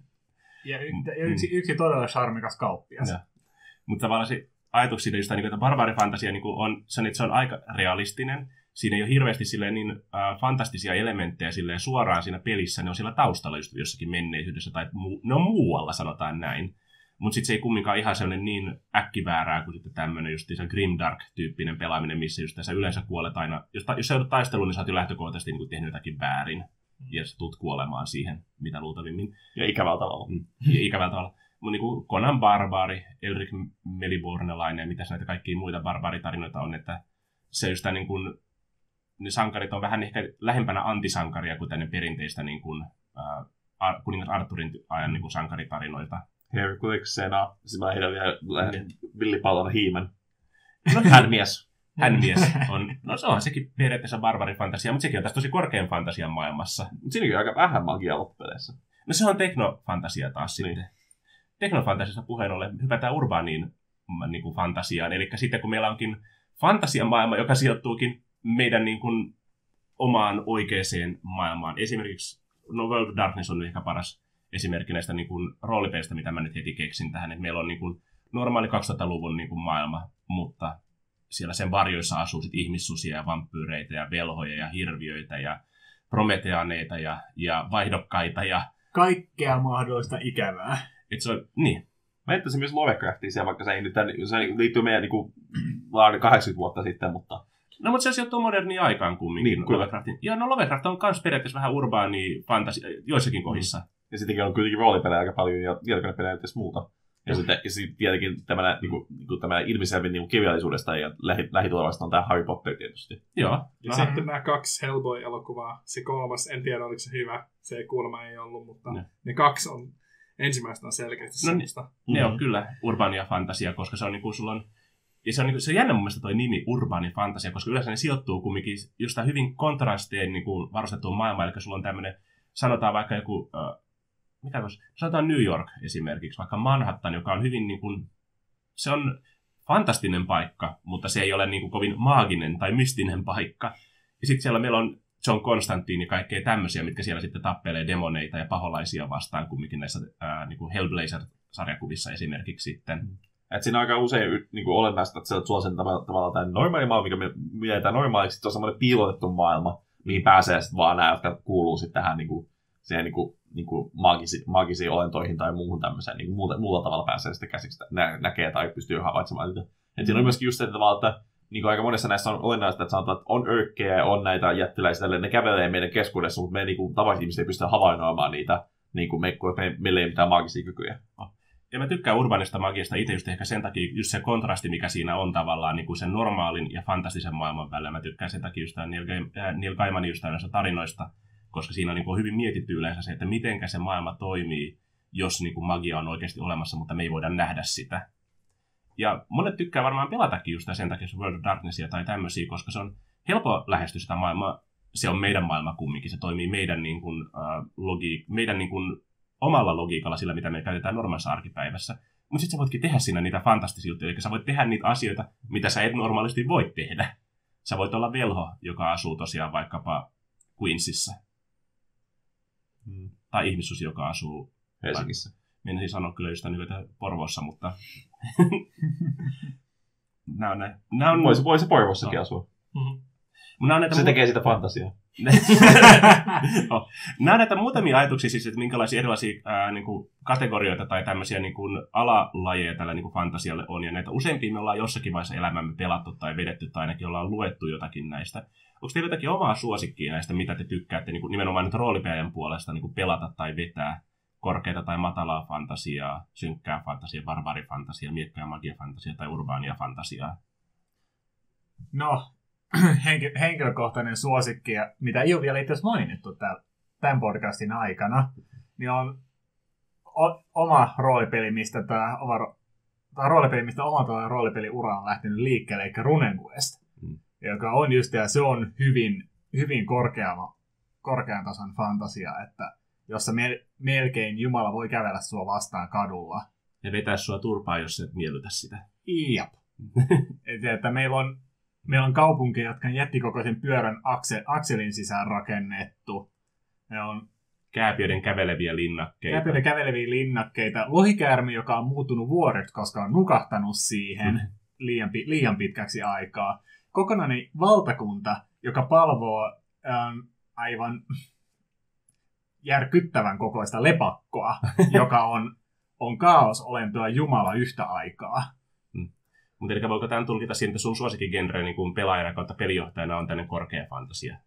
Ja, y- ja yksi, yksi todella charmikas kauppias. Ja. Mutta tavallaan se ajatus siitä, just, että barbaarifantasia niin on, se, että se on aika realistinen. Siinä ei ole hirveästi silleen, niin äh, fantastisia elementtejä silleen, suoraan siinä pelissä. Ne on siellä taustalla just jossakin menneisyydessä tai mu- ne on muualla, sanotaan näin. Mutta sitten se ei kumminkaan ihan sellainen niin äkkiväärää kuin sitten tämmöinen just se grimdark-tyyppinen pelaaminen, missä just tässä yleensä kuolet aina. Jos, ta- jos sä joudut taisteluun, niin sä oot jo lähtökohtaisesti niin tehnyt jotakin väärin. Ja sä tulet kuolemaan siihen, mitä luultavimmin. Ja ikävällä tavalla. Mm. Ja ikävällä tavalla. Mutta niin Conan Barbaari, Elric Melibornelainen ja mitäs näitä kaikkia muita barbaaritarinoita on, että se just niin kuin, ne sankarit on vähän ehkä lähempänä antisankaria kuin tänne perinteistä niin kuin, äh, kuningas Arthurin ajan niin kuin sankaritarinoita. Herkuleksena, siis mä heidän vielä villipallon hiimen. No, hän mies. Hän mies on, no se on sekin periaatteessa barbarifantasia, mutta sekin on tässä tosi korkean fantasian maailmassa. Siinäkin on aika vähän magiaa loppupeleissä. No se on teknofantasia taas niin. Sitten. Teknofantasiasta puheen ollen hypätään urbaaniin niin kuin fantasiaan. Eli sitten kun meillä onkin fantasian maailma, joka sijoittuukin meidän niin kuin, omaan oikeaan maailmaan. Esimerkiksi no World of Darkness on ehkä paras esimerkki näistä niin kuin, roolipeistä, mitä mä nyt heti keksin tähän. Et meillä on niin kuin, normaali kaksituhattaluvun niin kuin, maailma, mutta siellä sen varjoissa asuu sit ihmissusia ja vampyyreitä ja velhoja ja hirviöitä ja prometeaneita ja, ja vaihdokkaita. Ja kaikkea mahdollista ikävää. Et se on, niin. Mä ettäisin myös Lovecraftia siellä, vaikka se, ei nyt, se liittyy meidän niin kuin, kahdeksankymmentä vuotta sitten, mutta... No, mutta se sijoittuu moderniin aikaan kumminkin. Niin, Lovecraftin. Ja no Lovecraft on myös periaatteessa vähän urbaani fantasia joissakin kohdissa. Ja sittenkin on kuitenkin roolipelejä aika paljon ja tietokonepelejä ja muuta. Ja mm. sitten, ja sitten tietenkin tämmöinen niin niin tämä ilmiselvin niin kirjallisuudesta ja lähi, lähitulevasta on tämä Harry Potter tietysti. Joo. Ja Aha. sitten nämä kaksi Hellboy-elokuvaa. Se kolmas, en tiedä oliko se hyvä, se kuulemma ei ollut, mutta ne, ne kaksi on, ensimmäistä on selkeästi no, semmoista. Ne mm-hmm. on kyllä urbaania fantasia, koska se on niin kuin sulla on, ja se on, niin kuin, se on jännä mun mielestä toi nimi urbaani fantasia, koska yleensä ne sijoittuu kumminkin just hyvin kontrasteen niin kuin varustettuun maailmaan, eli sulla on tämmöinen, sanotaan vaikka joku, äh, mitä vois, sanotaan New York esimerkiksi, vaikka Manhattan, joka on hyvin niin kuin, se on fantastinen paikka, mutta se ei ole niin kuin kovin maaginen tai mystinen paikka. Ja sitten siellä meillä on John Constantine ja kaikkea tämmöisiä, mitkä siellä sitten tappelee demoneita ja paholaisia vastaan kumminkin näissä ää, niin kuin Hellblazer-sarjakuvissa esimerkiksi sitten. Et siinä on aika usein niin kuin olennaista, että sulla on sen tavallaan tämä normaali maailma, mikä me mietitään normaaliksi, sitten on semmoinen piilotettu maailma, mihin pääsee sitten vaan nämä, jotka kuuluu sitten tähän niin kuin, siihen niin kuin, niin kuin maagisi, maagisiin olentoihin tai muuhun tämmöiseen, niin kuin muuta, muulla tavalla pääsee sitten käsiksi, nä, näkee tai pystyy havaitsemaan niitä. Et siinä on myöskin just se tavalla, että niin kuin aika monessa näissä on olennaista, että sanotaan, että on örkkejä ja on näitä jättiläisiä, ne kävelee meidän keskuudessa, mutta me niin kuin, tavalliset ihmiset ei pysty havainnoimaan niitä, niin kuin me, kun me, meillä ei ole mitään maagisia kykyjä. Oh. Ja mä tykkään urbanista magiasta itse just ehkä sen takia, just se kontrasti, mikä siinä on tavallaan niin kuin sen normaalin ja fantastisen maailman välillä. Mä tykkään sen takia just Neil Gaimanin just näistä tarinoista, koska siinä on niin kuin hyvin mietitty yleensä se, että mitenkä se maailma toimii, jos niin kuin magia on oikeasti olemassa, mutta me ei voida nähdä sitä. Ja monet tykkää varmaan pelatakin just sen takia World of Darknessia tai tämmöisiä, koska se on helppo lähestyä sitä maailmaa. Se on meidän maailma kumminkin, se toimii meidän, niin kuin, uh, logi- meidän niin kuin, omalla logiikalla sillä, mitä me käytetään normaalissa arkipäivässä. Mutta sitten sä voitkin tehdä siinä niitä fantastisia juttuja, eli sä voit tehdä niitä asioita, mitä sä et normaalisti voi tehdä. Sä voit olla velho, joka asuu tosiaan vaikkapa Queensissä. Hmm. Tai ihmissus, joka asuu Helsingissä. Menisin sanoa kyllä just nyt Porvoossa, mutta nämä on, nämä on... Voisi, voisi Porvoossakin no. asua. Mm-hmm. Se mu- tekee sitä fantasiaa. no. Nämä on näitä muutamia ajatuksia, siis, että minkälaisia erilaisia ää, niin kuin kategorioita tai tämmöisiä niin kuin alalajeja tällä niin kuin fantasialle on. Ja näitä useimpia me ollaan jossakin vaiheessa elämämme pelattu tai vedetty tai ainakin ollaan luettu jotakin näistä. Onko teillä jotakin omaa suosikkia näistä, mitä te tykkäätte niin kuin nimenomaan nyt roolipelien puolesta niin kuin pelata tai vetää? Korkeata tai matalaa fantasiaa, synkkää fantasiaa, barbarifantasiaa, miekkä- ja magiafantasiaa tai urbaania fantasiaa? No, henk- henkilökohtainen suosikki, mitä ei ole vielä itse asiassa mainittu täällä, tämän podcastin aikana, niin on o- oma roolipeli, mistä tämä oma, ro- tämä roolipeli, mistä oma roolipeliura on lähtenyt liikkeelle, eli RuneQuest, hmm. joka on just, ja se on hyvin, hyvin korkean, korkean tason fantasia, että jossa mel- melkein Jumala voi kävellä sua vastaan kadulla. Ja vetää sua turpaan, jos et miellytä sitä. Jep. että, että meillä, on, meillä on kaupunkeja, jotka on jättikokoisen pyörän akse, akselin sisään rakennettu. Ne on kääpiöiden käveleviä linnakkeita. Kääpiöiden käveleviä linnakkeita. Lohikäärme, joka on muuttunut vuoreksi, koska on nukahtanut siihen mm. liian, liian pitkäksi aikaa. Kokonainen valtakunta, joka palvoo ähm, aivan järkyttävän kokoista lepakkoa, joka on, on kaosolentoa Jumala yhtä aikaa. Hmm. Mutta eli voiko tämän tulkita siihen, että sun suosikkigenre niin kuin pelaajana kautta pelijohtajana on tämmöinen korkea fantasia?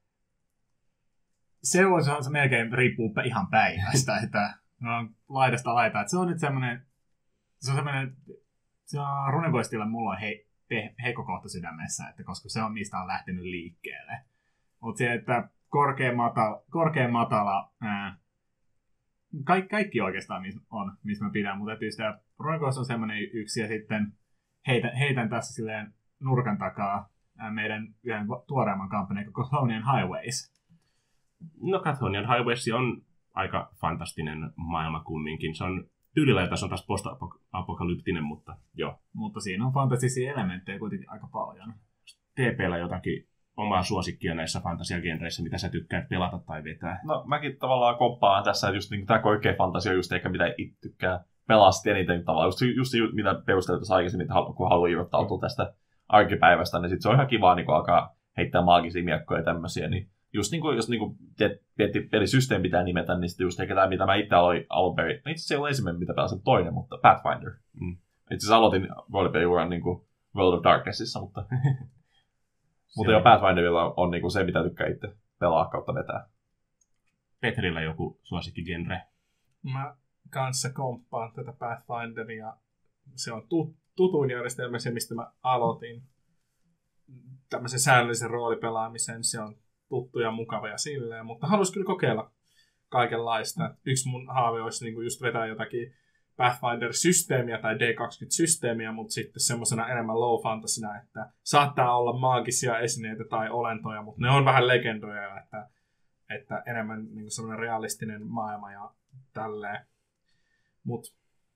Se on, se on se melkein riippuu ihan päivästä, että no, laidasta laitaan. Se on nyt semmoinen, se on semmoinen, se on RuneQuestilla mulla on he, he, heikko kohta sydämessä, että koska se on mistä on lähtenyt liikkeelle. Mutta se, että korkea matala, korkea matala ää, kaikki, kaikki oikeastaan on, missä mä pidän, mutta tietysti RuneQuest on semmoinen yksi, ja sitten heitän, heitän tässä silleen nurkan takaa ää, meidän yhden tuoreemman kampanjan, koko Chthonian Highways. No Chthonian Highways on aika fantastinen maailma kumminkin. Se on tyylillä taas on taas post-apokalyptinen, mutta joo. Mutta siinä on fantastisia elementtejä kuitenkin aika paljon. T P:llä jotakin omaa suosikkia näissä fantasiagenreissä, mitä sä tykkäät pelata tai vetää? No mäkin tavallaan komppaan tässä, että just niin, tämä korkea fantasia on just ehkä mitä itse tykkää pelaa sitten eniten tavallaan. Just, just mitä perustelut tuossa aikaisemmin, kun haluaa irrottautua mm. tästä arkipäivästä, niin sit se on ihan kiva niin alkaa heittää maagisia miekkoja ja tämmöisiä. Niin just niin kuin, jos niin tietty pelisysteemi pitää nimetä, niin sitten just ehkä tämä, mitä mä itse aloin alun perin. Itse asiassa ei ole ensimmäinen, mitä pelasin toinen, mutta Pathfinder. Mm. Itse asiassa aloitin roolipeliuran niin kuin World of Darknessissa, mutta mutta jo Pathfinderilla on, on niinku se, mitä tykkää itse pelaa kautta vetää. Petrillä joku suosikkigenre? Mä kanssa komppaan tätä Pathfinderia. Se on tut- tutuin järjestelmä se, mistä mä aloitin. Tämmöisen säännöllisen roolipelaamisen. Se on tuttu ja mukava ja silleen, mutta haluaisin kyllä kokeilla kaikenlaista. Yksi mun haave olisi niinku just vetää jotakin Pathfinder-systeemiä tai D kaksikymmentä-systeemiä, mutta sitten semmoisena enemmän low fantasina, että saattaa olla maagisia esineitä tai olentoja, mutta ne on vähän legendoja, että, että enemmän niin semmoinen realistinen maailma ja tälleen. Mut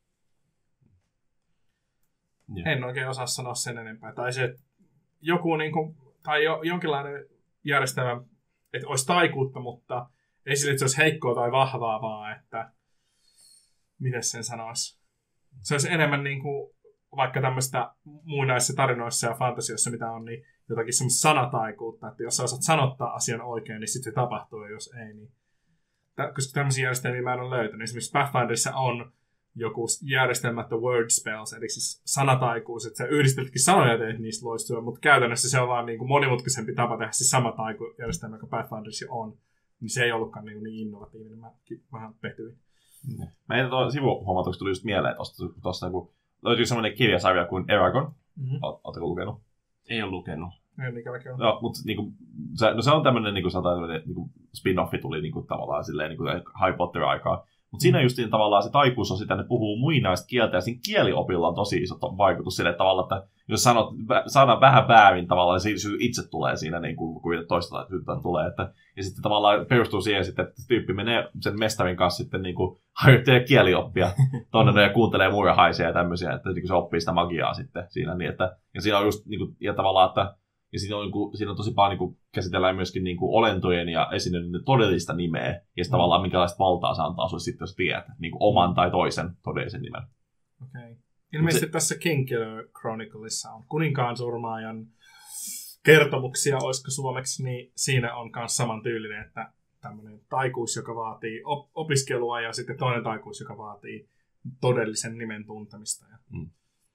Yeah. en oikein osaa sanoa sen enempää. Tai se, että joku niinku, tai jo, jonkinlainen järjestelmä, että olisi taikuutta, mutta ei sille, että se olisi heikkoa tai vahvaa, vaan että miten sen sanoisi. Se olisi enemmän niinku, vaikka tämmöistä muinaisissa tarinoissa ja fantasioissa, mitä on, niin jotakin semmoista sanataikuutta, että jos sä osaat sanottaa asian oikein, niin sitten se tapahtuu, ja jos ei, niin... Tä, koska tämmöisiä järjestelmiä mä en ole löytänyt. Esimerkiksi Pathfinderissa on joku järjestelmä, että word spells, eli siis sanataikuus, että sä yhdisteltkin sanoja ja teet niistä loistuja, mutta käytännössä se on vaan niin kuin monimutkaisempi tapa tehdä se sama taikujärjestelmä, joka Pathfinderissa on. Niin se ei ollutkaan niin, niin innovatiivinen. Mä vähän pehtyin. Mm. Mä en tuo sivuhuomautuksesta tuli just mieleen tosta, tosta kun löytyy semmoinen kirjasarja kuin Eragon. Mm-hmm. Ootteko lukenut? Ei ole lukenut. Ei ikäväkin ole. Joo, mutta niinku, se, no se on tämmöinen niinku, niinku, spin-offi tuli niinku, tavallaan silleen niinku, Harry Potter-aikaa. Mutta siinä justiin tavallaan se taikuus on sitä, että ne puhuu muinaista kieltä, ja siinä kieliopilla on tosi iso vaikutus sille tavalla, että jos sanot sanan vähän väärin tavallaan, niin se itse tulee siinä, niin kuin, kun toista tulee. Että, ja sitten tavallaan perustuu siihen, sitten, että tyyppi menee sen mestarin kanssa sitten niin kuin, harjoittelee kielioppia tuonne ja kuuntelee muurahaisia ja tämmöisiä, että niin se oppii sitä magiaa sitten siinä. Niin, että, ja siinä on just niin kuin, ja tavallaan, että ja siinä on, niin kuin, siinä on tosi paljon niin kuin, käsitellään myöskin niin kuin, olentojen ja esineiden todellista nimeä. Ja mm. tavallaan minkälaista valtaa se antaa sinulle sitten, jos tiedät niin kuin oman tai toisen todellisen nimen. Okei. Okay. Ilmeisesti se, tässä Kingkiller Chronicleissa on kuninkaan surmaajan kertomuksia, olisiko suomeksi, niin siinä on myös samantyylinen, että tämmöinen taikuus, joka vaatii op- opiskelua ja sitten toinen taikuus, joka vaatii todellisen nimen tuntemista. Mm.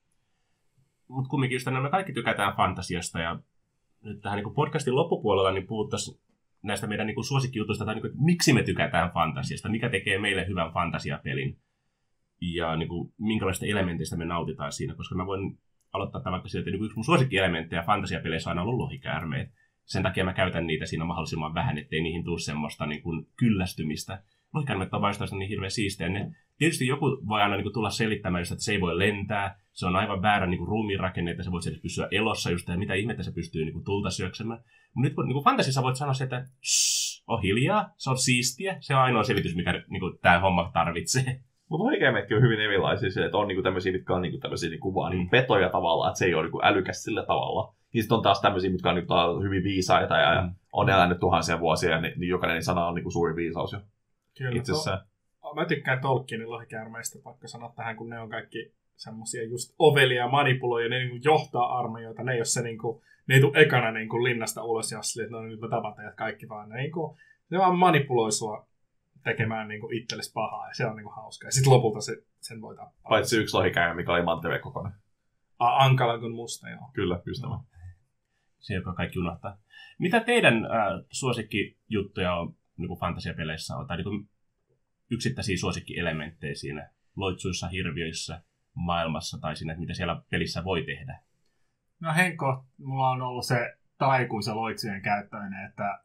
Mutta kumminkin just me kaikki tykätään fantasiasta ja nyt tähän niin podcastin loppupuolella niin puhuttaisiin näistä meidän niin suosikkijutuista, tai niin kuin, että miksi me tykätään fantasiasta, mikä tekee meille hyvän fantasiapelin ja niin kuin, minkälaista elementeistä me nautitaan siinä, koska mä voin aloittaa tämän vaikka siitä, että niin yksi mun suosikkielementtejä fantasiapeleissä on aina ollut lohikäärmeet. Sen takia mä käytän niitä siinä mahdollisimman vähän, ettei niihin tule semmoista niin kuin kyllästymistä. Lohikäärmeet on vain niin hirveän siistejä. Ne, tietysti joku voi aina niin kuin, tulla selittämään, just, että se ei voi lentää, se on aivan väärä niin kuin ruumiinrakenne, että se voi edes pysyä elossa, just, ja mitä ihmettä se pystyy niin kuin, tulta syöksemään. Mutta nyt niin kuin fantasiassa voit sanoa se, että shh, on hiljaa, se on siistiä, se on ainoa selitys, mikä niin kuin, tämä homma tarvitsee. Mutta lohikäärmeetkin on hyvin erilaisia, että on niinku tämmöisiä, mitkä on niinku tämmöisiä niinku vaan niinku petoja tavallaan, että se ei ole niinku älykäs sillä tavalla. Ja sitten on taas tämmöisiä, mitkä on niinku hyvin viisaita ja mm. on elänyt tuhansia vuosia, ja niin jokainen sana on niinku suuri viisaus jo. Kyllä, itsessään. To- mä tykkään Tolkienin lohikäärmeistä, vaikka sanoa tähän, kun ne on kaikki semmoisia just ovelia manipuloja, ne niinku johtaa armeijoita, ne ei ole se niinku, ne ei tule ekana niinku linnasta ulos ja silleen, että no nyt mä tapan teidät kaikki vaan, ne, niinku, ne vaan manipuloi sua tekemään niinku itsellesi pahaa, ja se on niinku hauskaa. Ja sitten lopulta se, sen voi tappaa. Paitsi yksi lohikäärme, mikä oli mantereen kokoinen. A, Ankala kuin musta, joo. Kyllä, just tämä. Se, joka kaikki unohtaa. Mitä teidän äh, suosikkijuttuja on niinku fantasiapeleissä on, tai niinku yksittäisiä suosikkielementtejä siinä loitsuissa, hirviöissä, maailmassa, tai siinä, että mitä siellä pelissä voi tehdä? No Henkko, mulla on ollut se taikuus ja loitsujen käyttäminen, että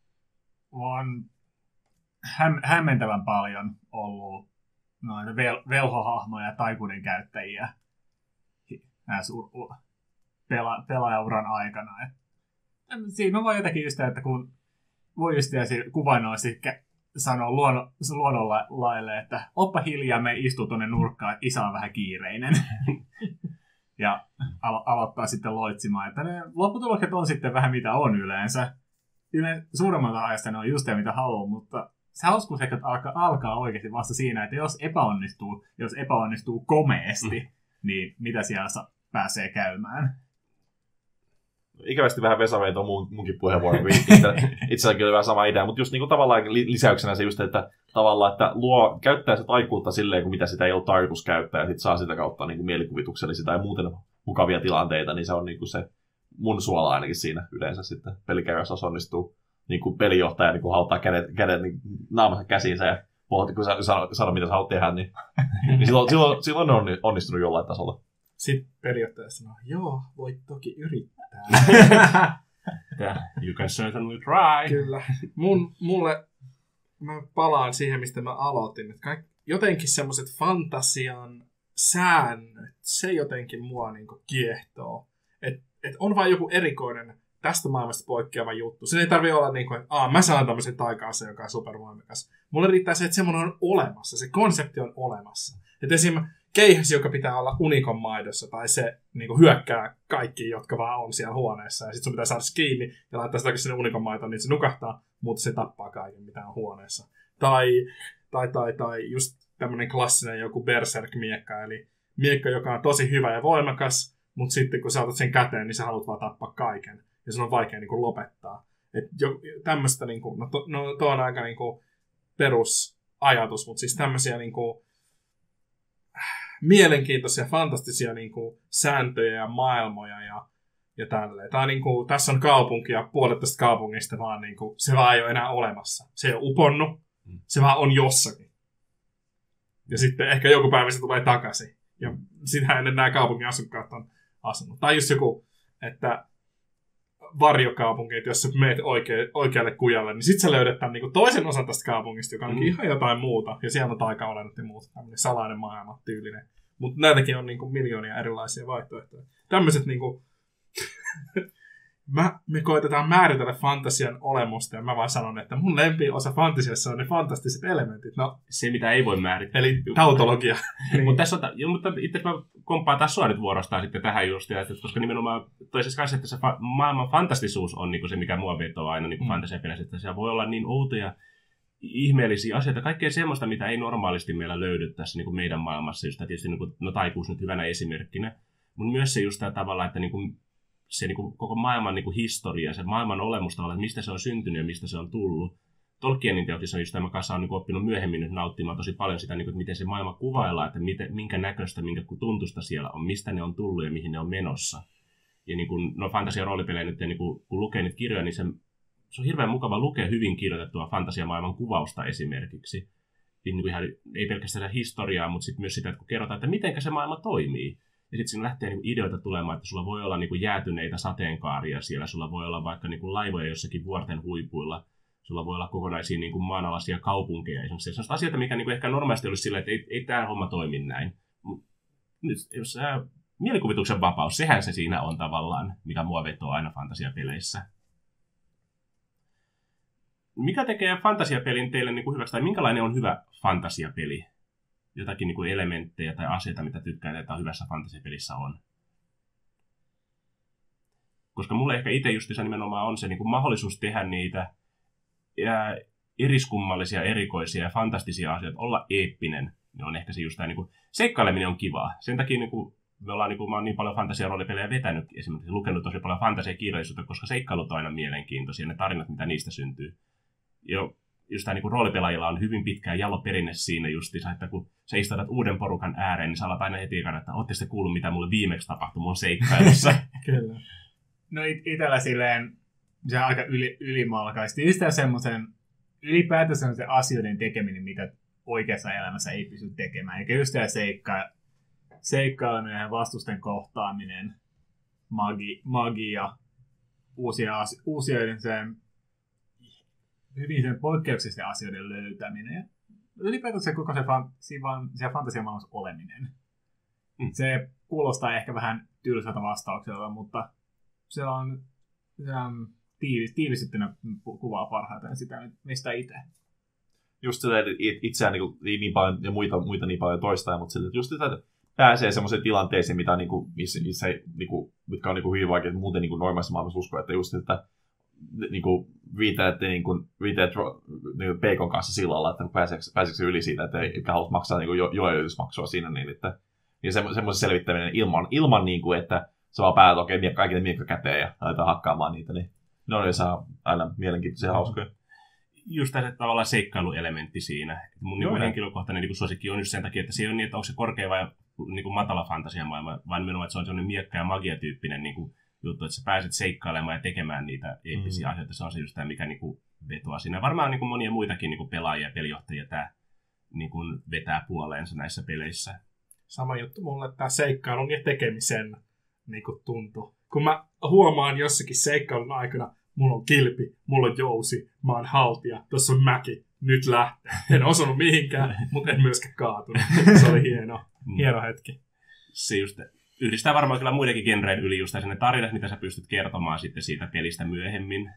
on häm- hämmentävän paljon ollut noita vel- velhohahmoja ja taikuuden käyttäjiä pela- pelaajauran aikana. Et, siinä on vaan jotakin just, että kun voi just kuvainnollisesti sanoa luonno- luonnonlaille, että oppa hiljaa, me istuu tuonne nurkkaan, että isä on vähän kiireinen. ja alo- aloittaa sitten loitsimaan. Että ne lopputulokset on sitten vähän mitä on yleensä. Yleensä suuremmalta ajasta ne on just mitä haluaa, mutta se hauskuus ehkä alkaa, alkaa oikeasti vasta siinä, että jos epäonnistuu, jos epäonnistuu komeasti, mm. niin mitä siellä pääsee käymään. Ikävästi vähän Vesa vei tuon mun, munkin puheenvuoron. Itse, itselläkin oli vähän sama idea, mutta just niin kuin tavallaan lisäyksenä se just, että tavallaan, että luo, käyttää se taikuutta silleen, kuin mitä sitä ei ole tarkoitus käyttää, ja sitten saa sitä kautta niin kuin mielikuvituksellisia tai muuten mukavia tilanteita, niin se on niin kuin se mun suola ainakin siinä yleensä sitten pelikerrassa onnistuu. Niin kuin pelijohtaja niin kuin hauttaa kädet, kädet niin naamansa käsiinsä ja pohti, kun sano, sano mitä sä haluat tehdä, niin, niin silloin, silloin, silloin on onnistunut jollain tasolla. Sitten pelijohtaja sanoo, joo, voit toki yrittää. Yeah, you can certainly try. Kyllä. Mun, mulle, mä palaan siihen, mistä mä aloitin. Että kaik, jotenkin semmoiset fantasian säännöt, se jotenkin mua niinku kiehtoo. Että et on vaan joku erikoinen tästä maailmasta poikkeava juttu. Sen ei tarvitse olla niin kuin, että Aa, mä saan tämmöisen taikaansa, joka on supervoimakas. Mulle riittää se, että semmoinen on olemassa. Se konsepti on olemassa. Että esimerkiksi keihäs, joka pitää olla unikon maidossa, tai se niin kuin hyökkää kaikki, jotka vaan on siellä huoneessa, ja sitten sun pitää saada se kiinni ja laittaa sitä sinne unikon maitoon, niin se nukahtaa, mutta se tappaa kaiken, mitä on huoneessa. Tai, tai, tai, tai just tämmöinen klassinen joku berserk-miekka, eli miekka, joka on tosi hyvä ja voimakas, mutta sitten kun sä otat sen käteen, niin sä haluat vaan tappaa kaiken, ja sun on vaikea niin kuin lopettaa. Että tämmöistä, niin kuin, no, to, no to on aika niin kuin perusajatus, mutta siis tämmöisiä niin kuin mielenkiintoisia, fantastisia niin kuin, sääntöjä ja maailmoja ja, ja tälleen. Tää on, niin kuin, tässä on kaupunki ja puolet tästä kaupungista vaan niin kuin, se vaan ei ole enää olemassa. Se ei ole uponnut, se vaan on jossakin. Ja sitten ehkä joku päivä se tulee takaisin. Ja sitä ennen nämä kaupungin asukkaat on asunut. Tai just joku, että varjokaupunki, että jos sä meet oikea, oikealle kujalle, niin sit sä löydät tämän niin toisen osan tästä kaupungista, joka onkin mm. ihan jotain muuta. Ja siellä on taikaolennot ja muuta, tämmöinen salainen maailma tyylinen. Mutta näitäkin on niin kuin miljoonia erilaisia vaihtoehtoja. Tämmöiset niin kuin mä, me koitetaan määritellä fantasian olemusta, ja mä vaan sanon, että mun lempiosa fantasiassa on ne fantastiset elementit. No, se, mitä ei voi määritellä. Eli tautologia. Niin. Mutta tässä on, jo, mutta itse mä komppaan taas sua nyt vuorostaan sitten tähän just, ja, että, koska nimenomaan toisessa kanssa, että se fa- maailman fantastisuus on niin kuin se, mikä mua vetoo aina niin kuin mm. fantasiapeleissä, että siellä voi olla niin outoja, ihmeellisiä asioita, kaikkea semmoista, mitä ei normaalisti meillä löydy tässä niin kuin meidän maailmassa, just tietysti niin kuin, no taikuus nyt hyvänä esimerkkinä, mutta myös se just tämä tavalla, että niin kuin, se niin kuin, koko maailman niin kuin historia, se maailman olemus tavallaan, että mistä se on syntynyt ja mistä se on tullut. Tolkienin teoksissa on just tämä kanssa on niin kuin oppinut myöhemmin nyt nauttimaan tosi paljon sitä, niin kuin, että miten se maailma kuvaillaan, että miten, minkä näköistä, minkä tuntusta siellä on, mistä ne on tullut ja mihin ne on menossa. Ja niin kuin, no fantasia- roolipelejä nyt, niin kuin, kun lukee niitä kirjoja, niin se, se on hirveän mukava lukea hyvin kirjoitettua fantasiamaailman kuvausta esimerkiksi. Niin kuin ihan, ei pelkästään historiaa, mutta sitten myös sitä, että kun kerrotaan, että miten se maailma toimii. Ja sitten siinä lähtee niinku ideoita tulemaan, että sulla voi olla niinku jäätyneitä sateenkaaria siellä, sulla voi olla vaikka niinku laivoja jossakin vuorten huipuilla, sulla voi olla kokonaisia niinku maanalaisia kaupunkeja. Esimerkiksi sellaista asioita, mikä niinku ehkä normaalisti olisi sillä, että ei, ei tämä homma toimi näin. Mut nyt, jos ää, mielikuvituksen vapaus, sehän se siinä on tavallaan, mikä mua vetoo aina fantasiapeleissä. Mikä tekee fantasiapelin teille niinku hyväksi, tai minkälainen on hyvä fantasiapeli? Jotakin niin kuin elementtejä tai asioita, mitä tykkää, että hyvässä fantasiapelissä on. Koska mulle ehkä itse justiinsa nimenomaan on se niin kuin mahdollisuus tehdä niitä ja eriskummallisia, erikoisia ja fantastisia asioita, olla eeppinen. Ne on ehkä se just tämä, niin kuin, seikkaileminen on kivaa. Sen takia niin kuin, me ollaan, niin kuin, mä oon niin paljon fantasiaroolipelejä vetänyt, esimerkiksi lukenut tosi paljon fantasiakirjallisuutta, koska seikkailut on aina mielenkiintoisia, ne tarinat, mitä niistä syntyy. Jo, just tämä niin roolipelaajilla on hyvin pitkään jalo perinne siinä justiinsa, että kun sä istutat uuden porukan ääreen, niin sä alat aina heti ekana, että ootte sitten kuullut, mitä mulle viimeksi tapahtui mun seikkailussa. Kyllä. No it- itellä silleen, se on aika yli, ylimalkaisesti. Just semmoisen, ylipäätänsä se asioiden tekeminen, mitä oikeassa elämässä ei pysty tekemään. Eikä just tämä seikka, seikkaileminen ja vastusten kohtaaminen, magi, magia, uusia, uusia sen, hyvin sen poikkeuksellisten asioiden löytäminen. Ja ylipäätänsä koko se, fan, se fantasiamaailmassa oleminen. Mm. Se kuulostaa ehkä vähän tylsältä vastaukselta, mutta se on, se on tiivis, tiivistettynä kuvaa parhaiten sitä, mistä itse. Just sitä, että itseään niin, niin, niin paljon ja muita, muita niin paljon toistaa, mutta sille, just sitä, että pääsee semmoiseen tilanteeseen, mitä, niin kuin, missä, missä, niin kuin, mitkä on niin kuin hyvin vaikea muuten niin kuin normaalissa maailmassa uskoa, että just, että niin kuin viiteet, niin kuin, viiteet niin Peikon kanssa sillä lailla, että pääseekö, pääseekö yli siitä, että ei halua maksaa niin jo, joellismaksua siinä. Niin, että, niin se, semmoisen selvittäminen ilman, ilman niin kuin, että se vaan päätä okei, okay, kaikille miekka käteen ja laitetaan hakkaamaan niitä, niin ne on saa aina mielenkiintoisia hauskoja. Just tässä tavallaan seikkailuelementti siinä. Mun niin henkilökohtainen niin suosikki on just sen takia, että se ei ole niin, että onko se korkea vai niin kuin matala fantasiamaailma, vaan nimenomaan, että se on sellainen miekka- ja magia-tyyppinen niin kuin juttu, että sä pääset seikkailemaan ja tekemään niitä eeppisiä mm. asioita. Se on se just tämä, mikä niin kuin vetoaa siinä. Varmaan niin kuin monia muitakin niin kuin pelaajia ja pelijohtajia tämä niin kuin vetää puoleensa näissä peleissä. Sama juttu mulle, että tämä seikkailun ja tekemisen niin kuin tuntuu. Kun mä huomaan jossakin seikkailun aikana, mulla on kilpi, mulla on jousi, mä oon haltija, tossa on mäki, nyt lähtee. En osunut mihinkään, mutta en myöskään kaatunut. Se oli hieno, hieno hetki. Se just, yhdistää varmaan kyllä muidenkin genreen yli just ne tarinat, mitä sä pystyt kertomaan sitten siitä pelistä myöhemmin.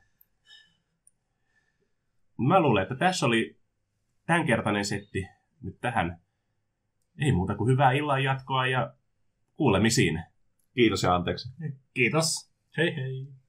Mä luulen, että tässä oli tämänkertainen setti nyt tähän. Ei muuta kuin hyvää illan jatkoa ja kuulemisiin. Kiitos ja anteeksi. Kiitos. Hei hei.